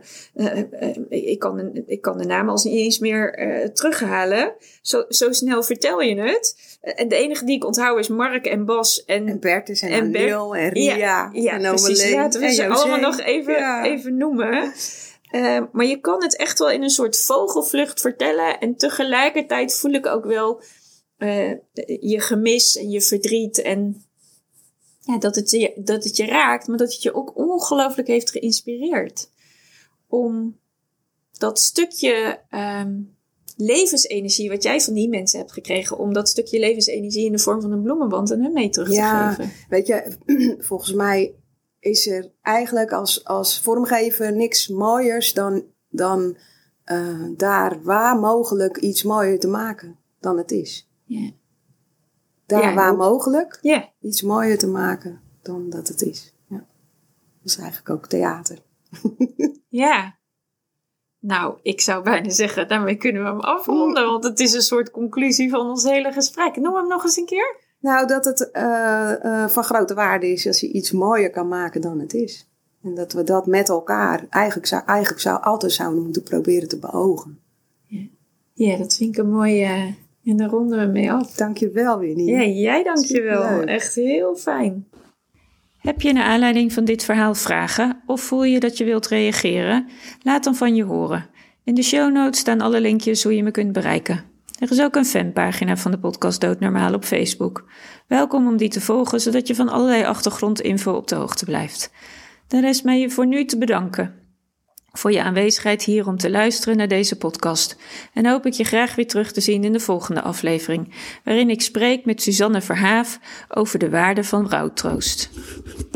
A: ik kan de naam als niet eens meer terughalen. Zo snel vertel je het. En de enige die ik onthoud is Mark en Bas. En
B: Bertus en Anil en Ria.
A: Ja, precies. Laten we ze allemaal nog even noemen. Maar je kan het echt wel in een soort vogelvlucht vertellen. En tegelijkertijd voel ik ook wel je gemis en je verdriet. En dat het je raakt. Maar dat het je ook ongelooflijk heeft geïnspireerd. Om dat stukje levensenergie wat jij van die mensen hebt gekregen. Om dat stukje levensenergie in de vorm van een bloemenband aan hun mee terug te geven.
B: Weet je, volgens mij... is er eigenlijk als vormgever niks mooiers dan daar waar mogelijk iets mooier te maken dan het is.
A: Ja.
B: Daar waar mogelijk
A: Ja.
B: iets mooier te maken dan dat het is. Ja. Dat is eigenlijk ook theater.
A: Ja. Nou, ik zou bijna zeggen, daarmee kunnen we hem afronden. Want het is een soort conclusie van ons hele gesprek. Noem hem nog eens een keer.
B: Nou, dat het van grote waarde is als je iets mooier kan maken dan het is. En dat we dat met elkaar eigenlijk altijd zouden moeten proberen te beogen.
A: Ja, dat vind ik een mooie. En daar ronden we mee af.
B: Dank je wel, Winnie.
A: Ja, jij dank je wel.
B: Superleuk.
A: Echt heel fijn. Heb je naar aanleiding van dit verhaal vragen of voel je dat je wilt reageren? Laat dan van je horen. In de show notes staan alle linkjes hoe je me kunt bereiken. Er is ook een fanpagina van de podcast Doodnormaal op Facebook. Welkom om die te volgen, zodat je van allerlei achtergrondinfo op de hoogte blijft. Dan rest mij je voor nu te bedanken voor je aanwezigheid hier om te luisteren naar deze podcast. En hoop ik je graag weer terug te zien in de volgende aflevering, waarin ik spreek met Suzanne Verhaaf over de waarde van rouwtroost.